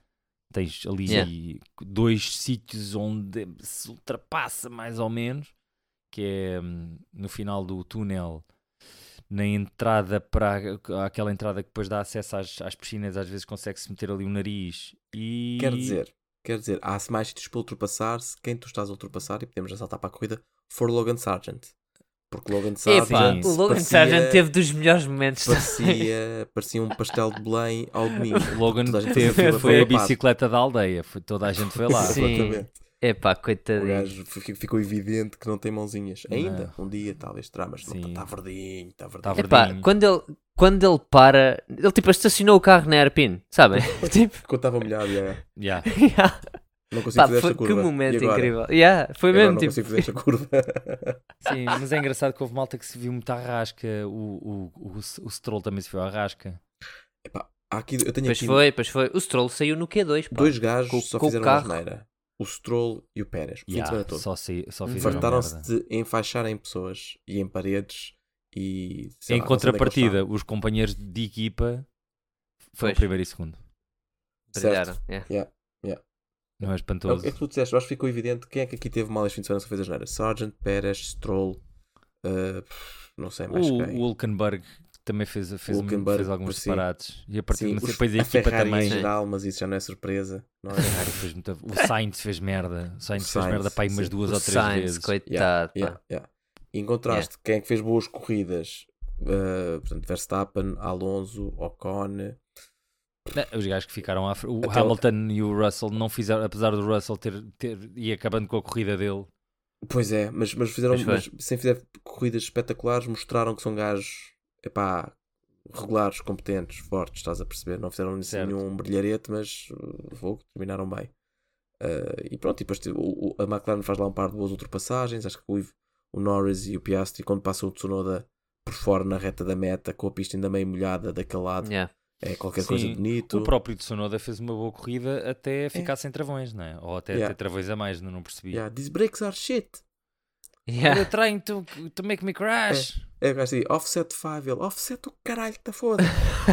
S2: Tens ali
S1: Yeah.
S2: dois sítios onde se ultrapassa mais ou menos, que é hum, no final do túnel, na entrada para aquela entrada que depois dá acesso às, às piscinas, às vezes consegue-se meter ali o nariz e...
S3: Quer dizer, quer dizer, há mais sítios para ultrapassar-se. Quem tu estás a ultrapassar, e podemos já saltar para a corrida, for Logan Sargent. Porque Logan Sargent
S1: Epá, o Logan
S3: parecia,
S1: Sargent teve dos melhores momentos.
S3: parecia, parecia um pastel de Belém ao domingo.
S2: O Logan
S3: Toda a gente
S2: teve,
S3: fazia
S2: foi a
S3: fila
S2: bicicleta da aldeia, foi, toda a gente foi lá.
S1: Sim.
S3: Exatamente.
S1: Epá,
S3: O
S1: coitadinho.
S3: gajo fi- ficou evidente que não tem mãozinhas. Ainda,
S2: Não.
S3: um dia talvez terá, mas
S2: Sim.
S3: está verdinho, está verdinho.
S2: Tá
S1: Epá,
S2: verdinho.
S1: quando ele, quando ele para, ele tipo estacionou o carro na Airpin, sabem? Tipo,
S3: Ficou, estava molhado, yeah.
S2: Yeah.
S1: yeah.
S3: Não consigo
S1: Pá,
S3: fazer
S1: foi,
S3: esta
S1: que
S3: curva.
S1: momento
S3: E agora?
S1: incrível. Yeah, foi
S3: E agora
S1: mesmo
S3: não
S1: tipo.
S3: consigo fazer esta curva.
S2: Sim, mas é engraçado que houve malta que se viu muito à rasca. O, o, o, o Stroll também se viu à rasca.
S3: Epá, há aqui, eu tenho
S1: Pois
S3: aqui
S1: foi, pois foi. O Stroll saiu no Q dois, pá.
S3: dois gajos
S1: Com-
S3: só
S1: com o
S3: fizeram
S1: carro.
S3: uma asneira. O Stroll e o Pérez. O fim de
S2: Yeah,
S3: semana todo.
S2: só, se, só
S1: Hum.
S2: fizeram
S3: Fartaram-se
S2: merda.
S3: de enfaixar em pessoas e em paredes e... sei
S2: Em
S3: lá, não sei onde é que eles
S2: contrapartida, os companheiros de equipa foram
S1: Pois.
S2: primeiro e segundo.
S3: estão.
S1: Brilharam.
S3: Certo.
S1: yeah.
S3: Yeah.
S2: Não é
S3: É o
S2: espantoso?
S3: que é que tu disseste, eu acho que ficou evidente quem é que aqui teve mal este fim de semana só fez a asneira. Sargent, Pérez, Stroll, uh, não sei mais
S2: O,
S3: quem.
S2: o Hulkenberg também fez, fez,
S3: Hulkenberg,
S2: fez alguns
S3: sim.
S2: disparates. E a partir
S3: Sim,
S2: mas
S3: os-
S2: depois a
S3: a
S2: equipa
S3: Ferrari
S2: também.
S3: em geral, mas isso já não é surpresa. Não é?
S2: Ferrari fez muita- O Sainz fez merda. O Sainz
S3: O
S2: fez
S3: Sainz,
S2: merda para aí umas
S3: sim.
S2: duas
S1: O
S2: ou três
S1: Sainz,
S2: vezes.
S1: coitado,
S3: Yeah,
S1: pá.
S3: yeah, yeah. E em contraste, quem é que fez boas corridas? Uh, portanto, Verstappen, Alonso, Ocon.
S2: Não, Os gajos que ficaram à frente. O
S3: Até o-
S2: Hamilton e o Russell não fizeram, apesar do Russell ter, ter e acabando com a corrida dele.
S3: Pois é, mas, mas fizeram,
S1: Pois foi.
S3: mas sem fazer corridas espetaculares, mostraram que são gajos, epá, regulares, competentes, fortes, estás a perceber? Não fizeram assim
S2: Certo.
S3: nenhum brilharete, mas uh, fogo, terminaram bem. Uh, e pronto, e depois tipo, o, o- a McLaren faz lá um par de boas ultrapassagens. Acho que o, Iv- o Norris e o Piastri, quando passam o Tsunoda por fora na reta da meta, com a pista ainda meio molhada daquele lado,
S1: Yeah.
S3: é qualquer
S2: Sim,
S3: coisa bonito.
S2: O próprio Tsunoda fez uma boa corrida até ficar sem travões, não é? Ou até
S3: Yeah.
S2: ter travões a mais, não, não percebi.
S3: Yeah, these brakes are shit.
S1: Yeah.
S2: You're trying to, to make me crash.
S3: É, o gajo assim, offset five, ele, offset o caralho, está foda.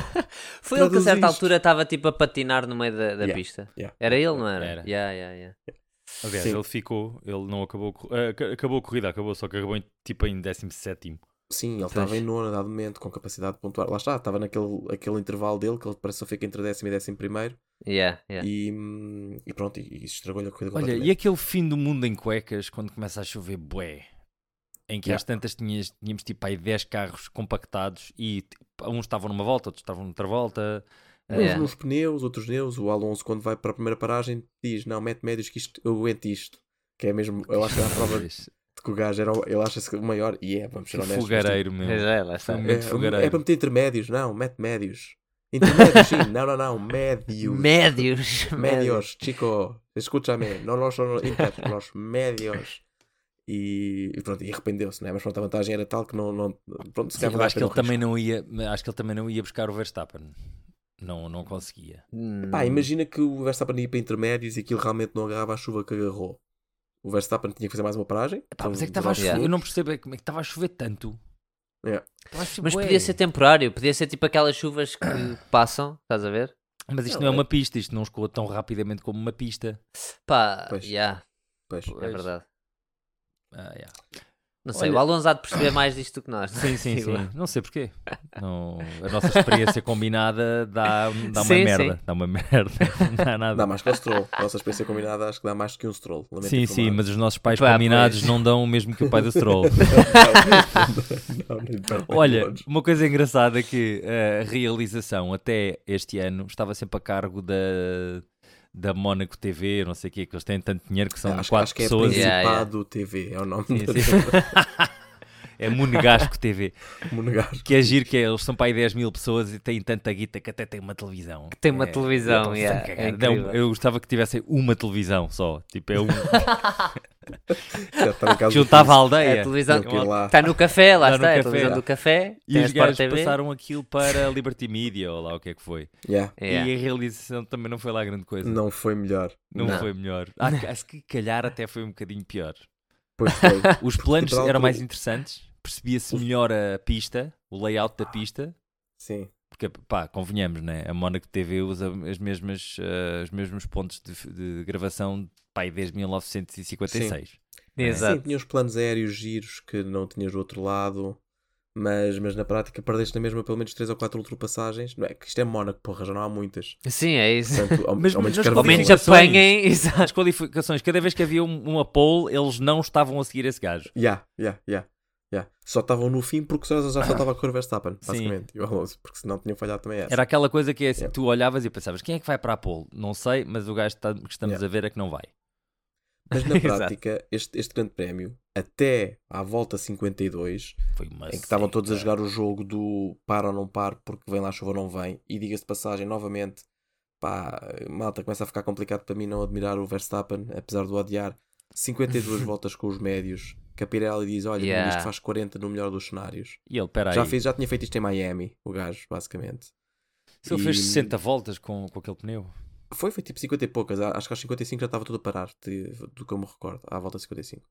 S1: Foi ele que a
S3: Traduz
S1: certa
S3: isto.
S1: altura estava tipo a patinar no meio da, da
S3: Yeah,
S1: pista.
S3: yeah.
S1: Era ele, não era?
S2: Era.
S1: Yeah, yeah, yeah.
S2: Aliás,
S3: Sim.
S2: ele ficou, ele não acabou, a cor- ah, ac- acabou a corrida, acabou, só que acabou em, tipo em décimo sétimo.
S3: Sim, ele
S1: Pois.
S3: estava em nono a dado momento, com capacidade de pontuar. Lá está, estava naquele aquele intervalo dele, que ele parece que só fica entre décimo e décimo primeiro.
S1: Yeah, yeah.
S3: E, hum, e pronto, e, e isso estragou-lhe a corrida
S2: Olha,
S3: completamente.
S2: e aquele fim do mundo em cuecas, quando começa a chover bué, em que
S3: Yeah.
S2: às tantas tinhas, tínhamos tipo aí dez carros compactados e tipo, uns estavam numa volta, outros estavam noutra volta.
S3: Uns
S1: Yeah.
S3: nos pneus, outros neus. O Alonso, quando vai para a primeira paragem, diz: não, mete médios que isto, eu aguento isto. Que é mesmo, eu acho que é a prova de que o gajo era, o- ele acha-se o maior. E é, vamos ser
S2: Que
S3: honestos.
S2: fogareiro
S1: Pois
S2: mesmo.
S1: é, lá está.
S2: Foi um
S3: mas,
S2: momento
S3: é,
S2: fogareiro.
S3: é para meter intermédios, não, mete médios. Intermédios, sim, não, não, não, médios.
S1: Médios.
S3: Medios, chico, escúchame, no los son inter, los medios. E, e pronto, e arrependeu-se, né? Mas pronto, a vantagem era tal que não. não pronto, se
S2: Sim,
S3: calhar
S2: eu acho que
S3: valia
S2: ele
S3: a pena o
S2: também não ia, acho que ele também não ia buscar o Verstappen. Não, não conseguia.
S1: Hum,
S3: Pá, imagina que o Verstappen ia para intermédios e aquilo realmente não agarrava a chuva que agarrou. O Verstappen tinha que fazer mais uma paragem.
S2: Pá, mas é que
S3: São
S2: estava a
S3: dezenove
S2: chover,
S1: Yeah.
S2: eu
S3: segundos.
S2: não percebo é como é que estava a chover tanto.
S3: Yeah.
S2: Estava a chover
S1: Mas
S2: bué.
S1: podia ser temporário, podia ser tipo aquelas chuvas que passam, estás a ver?
S2: Mas isto
S3: Não,
S2: não é
S3: é-
S2: uma pista, isto não escoa tão rapidamente como uma pista.
S1: Pá,
S3: Pois.
S1: yeah,
S3: Pois.
S1: é verdade.
S2: Ah, yeah.
S1: Não sei,
S2: Olha-
S1: o Alonso há de perceber mais disto do que nós.
S2: Sim, sim,
S1: Digo eu.
S2: sim. Não sei porquê. Não, a nossa experiência combinada dá, dá uma
S1: Sim,
S2: merda.
S1: sim.
S2: Dá uma merda. Não dá nada.
S3: Dá mais que o Stroll. A nossa experiência combinada acho que dá mais do que um Stroll. Lamento
S2: Sim,
S3: informar.
S2: sim, mas os nossos pais
S1: Pá,
S2: combinados
S1: pois.
S2: não dão o mesmo que o pai do Stroll.
S3: Não, nem perto, nem
S2: Olha,
S3: longe.
S2: uma coisa engraçada é que a realização até este ano estava sempre a cargo da, da Mónaco T V, não sei o quê, que eles têm tanto dinheiro que são
S3: acho,
S2: quatro
S3: acho que é
S2: pessoas.
S3: Principado
S1: Yeah, yeah.
S3: T V, é o nome
S2: Sim,
S3: do
S2: sim. É Monegasco T V.
S3: Monegasco.
S2: Que é giro, que é, eles são para aí dez mil pessoas e têm tanta guita que até têm uma televisão.
S1: Tem uma
S2: É,
S1: televisão,
S2: estão-se
S1: yeah,
S2: a cagar.
S1: é
S2: Não,
S1: incrível.
S2: eu gostava que tivessem uma televisão só. Tipo, é um.
S3: Já está em casa do
S2: Juntava a
S3: Príncipe.
S1: É
S2: aldeia.
S1: a televisão
S3: Tem que ir lá.
S1: está no café, lá
S2: Está no
S1: está, é a
S2: café.
S1: televisão do café,
S2: E
S1: tem a
S2: os
S1: Sport
S2: gajos
S1: T V.
S2: passaram aquilo para a Liberty Media, ou lá o que é que foi.
S3: Yeah.
S1: Yeah.
S2: E a realização também não foi lá grande coisa.
S3: Não foi melhor.
S2: Não,
S1: Não.
S2: foi melhor. Ah, acho que calhar até foi um bocadinho pior.
S3: Pois foi.
S2: Os planos
S3: Porque,
S2: eram mais
S3: altura-
S2: interessantes, percebia-se melhor a pista, o layout da pista,
S3: Sim.
S2: Porque, pá, convenhamos, né? A Mónaco T V usa as mesmas, uh, os mesmos pontos de, de gravação, pá, desde mil novecentos e cinquenta e seis.
S1: Exato.
S3: Sim, tinha os planos aéreos giros que não tinhas do outro lado, mas, mas na prática perdeste na mesma pelo menos três ou quatro ultrapassagens. Não é que isto é Mónaco, porra, já não há muitas.
S1: Sim, é isso.
S3: Portanto, ao,
S2: Mas-
S3: ao
S2: mas
S3: menos
S2: nas
S3: que
S1: Ao menos
S2: qualificações-
S1: apanhem. Exato.
S2: As qualificações, cada vez que havia um- uma pole, eles não estavam a seguir esse gajo.
S3: Ya, ya, ya, ya. Só estavam no fim porque só já só estava a correr Verstappen,
S2: Sim.
S3: basicamente. E o Alonso, porque senão tinham falhado também essa.
S2: Era aquela coisa que é assim,
S3: Yeah.
S2: tu olhavas e pensavas, quem é que vai para a pole? Não sei, mas o gajo tá- que estamos
S3: Yeah.
S2: a ver é que não vai.
S3: Mas na
S1: Exato.
S3: prática, este, este grande prémio, até à volta cinquenta e dois,
S2: Foi uma
S3: em que estavam todos a
S2: seca.
S3: jogar o jogo do para ou não para, porque vem lá chuva ou não vem, e diga-se de passagem, novamente, pá, malta, começa a ficar complicado para mim não admirar o Verstappen, apesar de o odiar. cinquenta e duas voltas com os médios, que a Pirelli diz, olha,
S1: Yeah.
S3: isto faz quarenta no melhor dos cenários.
S2: E ele, peraí,
S3: Já, fez, já tinha feito isto em Miami, o gajo, basicamente.
S2: se ele
S3: E-
S2: fez sessenta voltas com, com aquele pneu.
S3: Foi, foi tipo cinquenta e poucas. a- Acho que aos cinquenta e cinco já estava tudo a parar, de- do que eu me recordo, à volta de cinquenta e cinco.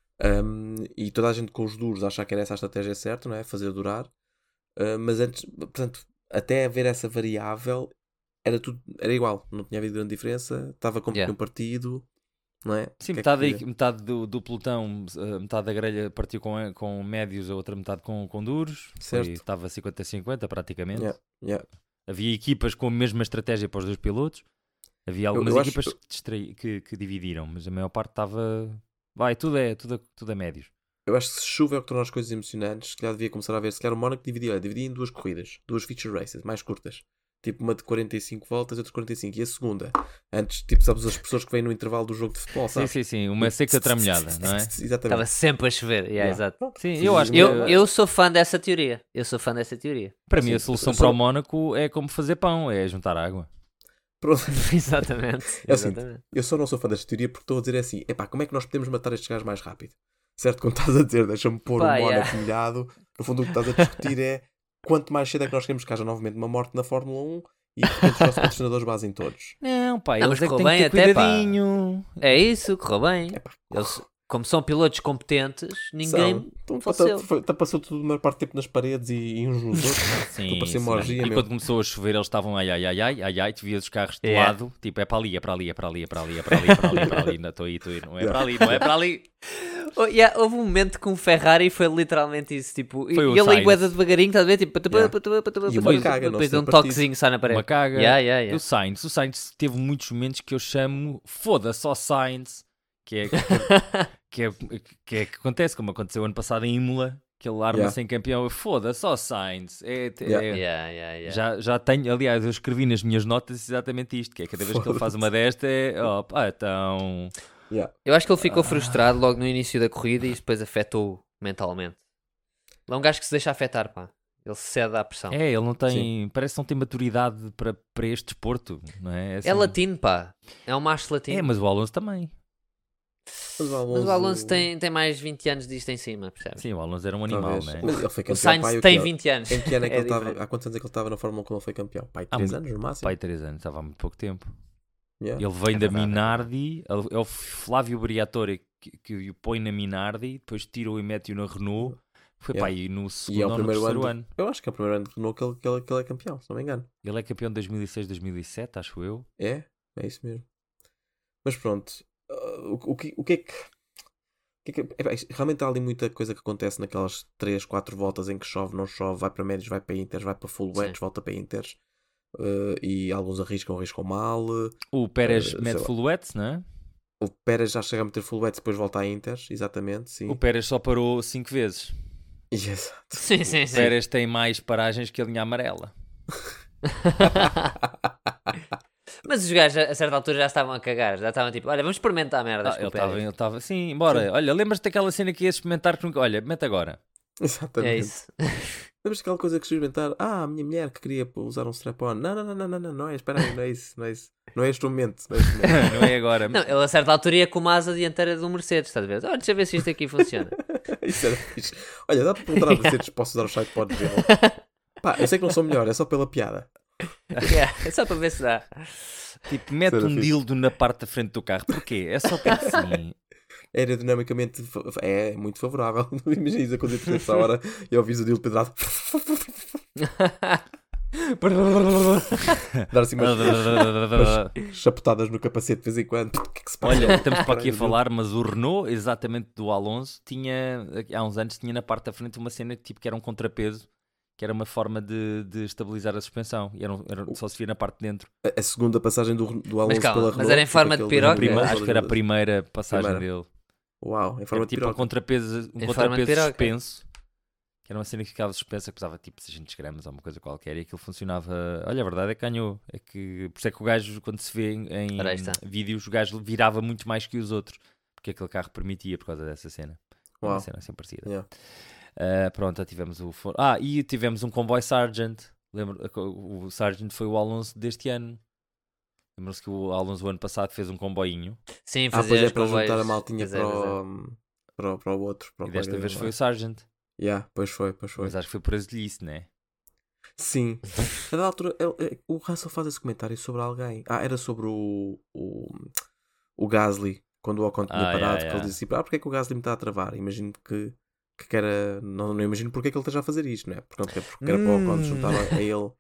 S3: Um, e toda a gente com os duros a achar que era essa a estratégia certa, não é? Fazer durar. Uh, mas antes, portanto, até haver essa variável, era tudo era igual. Não tinha havido grande diferença. Estava como
S1: Yeah.
S3: um partido, não é?
S2: Sim,
S3: O que é
S2: metade,
S3: que-
S2: aí- metade do, do pelotão, eh, metade da grelha partiu com, com médios, a outra metade com, com duros. Foi-
S3: Certo.
S2: Estava cinquenta a cinquenta praticamente.
S3: Yeah, yeah.
S2: Havia equipas com a mesma estratégia para os dois pilotos. Havia algumas
S3: eu acho-
S2: equipas que, distrai- que, que dividiram, mas a maior parte estava. Vai, tudo é, tudo, é- tudo é médios.
S3: Eu acho que se chuva é o que torna as coisas emocionantes. Se calhar devia começar a ver. Se calhar o Mónaco dividia, olha, dividia em duas corridas, duas feature races mais curtas. Tipo uma de quarenta e cinco voltas e outra de quarenta e cinco. E a segunda, antes, tipo, sabes, as pessoas que vêm no intervalo do jogo de futebol,
S2: Sim,
S3: sabes?
S2: sim, sim. Uma seca tramolhada, não é?
S3: Exatamente.
S1: Estava sempre a chover. Yeah,
S3: Yeah.
S1: Exato.
S2: Sim, eu acho que
S1: Eu, eu sou fã dessa teoria. Eu sou fã dessa teoria.
S2: para mim a
S3: Assim,
S2: solução
S3: eu
S2: para
S3: só-
S2: o Mónaco é como fazer pão, é juntar água.
S3: Pronto.
S1: Exatamente.
S3: É assim,
S1: Exatamente.
S3: eu só não sou fã desta teoria porque estou a dizer assim: epá, como é que nós podemos matar estes gajos mais rápido? Certo? Quando estás a dizer, deixa-me pôr
S1: Pá,
S3: o Mónaco
S1: yeah.
S3: molhado, no fundo o que estás a discutir é quanto mais cedo é que nós queremos que haja novamente uma morte na Fórmula um e de repente os nossos patrocinadores basem todos.
S2: Não, pá,
S1: Não,
S2: eles
S1: mas
S2: é que
S1: correu
S2: têm que ter
S1: bem até, pá.
S2: cuidadinho.
S1: É isso, correu bem.
S3: Epá,
S1: Eles, como são pilotos competentes, ninguém.
S3: são. Então,
S1: faleceu.
S3: tá- foi- tá- passou tudo a maior parte do tempo nas paredes e, e uns nos outros.
S2: Sim,
S3: Estou a parecer
S2: sim.
S3: uma orgia,
S2: E
S3: meu.
S2: quando começou a chover, eles estavam ai, ai, ai, ai, ai, ai, tu vias os carros de
S1: Yeah.
S2: lado, tipo, é para ali, é para ali, é para ali, é para ali, é para ali, é para ali, é para ali, não estou aí, estou aí, não é para ali, não é para ali.
S1: Oh, yeah, houve um momento com o Ferrari foi literalmente isso. Tipo,
S2: Foi o
S1: e ele aí
S2: Sainz.
S1: bué devagarinho, estás a ver? Tipo,
S3: Yeah.
S1: e
S3: E uma caga, não
S1: depois
S3: se
S1: deu um
S3: deu partido.
S1: toquezinho só na parede.
S2: Uma caga.
S1: Yeah, yeah, yeah.
S2: O Sainz, o Sainz teve muitos momentos que eu chamo foda-se ao Sainz, que é que, é, que é que acontece, como aconteceu ano passado em Imola, que ele arma
S3: Yeah.
S2: sem campeão, foda-se ao Sainz. É, é-
S3: Yeah.
S1: Yeah, yeah, yeah.
S2: Já, já tenho, aliás, eu escrevi nas minhas notas exatamente isto, que é cada vez que ele faz uma desta é, ó, pá, então...
S3: Yeah.
S1: Eu acho que ele
S2: Ah.
S1: ficou frustrado logo no início da corrida e isso depois afetou mentalmente. Ele é um gajo que se deixa afetar, pá. Ele cede à pressão.
S2: É, ele não tem, parece que não tem maturidade para, para este desporto, não é? É, assim-
S1: É latino, pá. É um macho latino.
S2: É, mas o Alonso também.
S3: Mas o Alonso,
S1: Mas o Alonso tem, tem mais vinte anos disto em cima, percebes?
S2: Sim, o Alonso era um animal,
S3: talvez.
S2: não é?
S3: Mas ele foi
S1: O
S3: campeão.
S1: Sainz
S3: pai, o
S1: tem
S3: que-
S1: vinte anos.
S3: Em que ano é que
S1: É
S3: ele estava?
S1: diferente.
S3: Há quantos anos é que ele estava na Fórmula um quando ele foi campeão? Pai,
S2: Há
S3: três
S2: muito-
S3: anos no máximo?
S2: Pai, três anos, estava há muito pouco tempo.
S3: Yeah.
S2: Ele vem
S1: É
S2: da
S1: verdade, é
S2: Minardi, é o Flávio Briatore que, que o põe na Minardi, depois tira-o e mete-o na Renault. Foi
S3: Yeah.
S2: pá, aí no
S3: E é
S2: segundo
S3: o
S2: ou no
S3: primeiro
S2: terceiro
S3: ano.
S2: ano.
S3: Eu acho que é o primeiro ano de Renault que ele, que, ele, que ele é campeão, se não me engano.
S2: Ele é campeão de dois mil e seis, dois mil e sete, acho eu.
S3: É? É isso mesmo. Mas pronto. uh, o, o, que, o que é que. o que é que- é, pá, isto- realmente há ali muita coisa que acontece naquelas três, quatro voltas em que chove, não chove, vai para médios, vai para inters, vai para full wets, volta para inters. uh, e alguns arriscam, arriscam mal. uh,
S2: O Pérez
S3: Eh, sei
S2: mete
S3: lá.
S2: full wets, não é?
S3: O Pérez já chega a meter full wets, depois volta a inters, exatamente, sim.
S2: O Pérez só parou cinco vezes.
S3: E exato.
S1: Sim, sim,
S2: O
S1: sim.
S2: Pérez tem mais paragens que a linha amarela.
S1: Mas os gajos a certa altura já estavam a cagar. Já estavam tipo, olha, vamos experimentar merdas
S2: Ah,
S1: com
S2: ele
S1: o Pérez.
S2: estava, ele estava, sim, embora. Olha, lembras-te daquela cena que ias experimentar que nunca. Olha, mete agora.
S3: Exatamente.
S1: É isso.
S3: Lembras daquela coisa que experimentar? Ah, a minha mulher que queria usar um strap-on. Não, não, não, não, não, não, não é, espera aí, não é isso, não é isso. Não é este o momento, não é este o momento.
S2: Não é agora.
S1: Não, ele a certa altura ia com uma asa dianteira do Mercedes, estás a ver? Olha, deixa eu ver se isto aqui funciona.
S3: Isso era fixe. Olha, dá para perguntar a Mercedes se posso usar os sidepods dele. Pá, eu sei que não sou melhor, é só pela piada.
S1: Yeah, é só para ver se dá.
S2: Tipo, mete
S3: Isso era
S2: um
S3: fixe.
S2: dildo na parte da frente do carro. Porquê? É só porque sim.
S3: Aerodinamicamente fa- é muito favorável. Não imaginas a conduzir por essa hora e ouvis o Dilo pedrado. Dar assim umas, umas chapotadas no capacete de vez em quando. O que é que se passa?
S2: Olha, estamos para aqui a falar, mas o Renault, exatamente do Alonso, tinha, há uns anos, tinha na parte da frente uma cena tipo, que era um contrapeso, que era uma forma de, de estabilizar a suspensão. E era, um- era- só se via na parte de dentro.
S3: A, a segunda passagem do, do Alonso
S1: Mas calma,
S3: pela
S1: mas
S3: Renault.
S1: era em
S3: foi
S1: forma de
S3: aquele
S1: piroca?
S2: Prima-
S3: Renault
S2: acho que era a primeira passagem
S3: Primeira.
S2: dele.
S3: Uau, em
S2: Era
S3: forma de
S2: tipo um
S3: piroca.
S2: contrapeso, um
S1: Em forma de
S2: contrapeso
S1: piroca.
S2: suspenso. Que era uma cena que ficava suspensa, que pesava tipo seiscentos gramas ou uma coisa qualquer. E aquilo funcionava. Olha, a verdade é que ganhou. É que, por isso é que o gajo, quando se vê em, em
S1: Ora, aí está.
S2: vídeos, o gajo virava muito mais que os outros. Porque aquele carro permitia por causa dessa cena. Uma
S3: Uau.
S2: cena assim parecida.
S3: Yeah.
S2: Uh, pronto, já tivemos o. for- Ah, e tivemos um comboio Sargent. Lembro, o Sargent foi o Alonso deste ano. Lembram-se que o Alonso o ano passado fez um comboinho.
S1: Sim,
S3: Ah,
S1: fazia
S3: pois é,
S1: os
S3: para juntar a
S1: comboios.
S3: maltinha
S1: Pois é,
S3: para,
S1: pois é.
S3: o, para, o- para o outro. Para o
S2: E desta
S3: colega
S2: vez
S3: dele
S2: foi
S3: lá.
S2: o Sargent.
S3: Yeah, pois foi, pois foi.
S2: Mas acho que foi por azelice, né?
S3: Sim. A da altura, ele- ele- o Russell faz esse comentário sobre alguém. Ah, era sobre o, o, o Gasly, quando o Ocon tinha
S2: Ah,
S3: parado,
S2: yeah,
S3: que
S2: yeah.
S3: ele disse: ah, porque é que o Gasly me está a travar? Imagino que, que quer. Não, não imagino porque é que ele esteja a fazer isto, não é? Porque, porque era para o Ocon
S1: Hum.
S3: juntar a ele,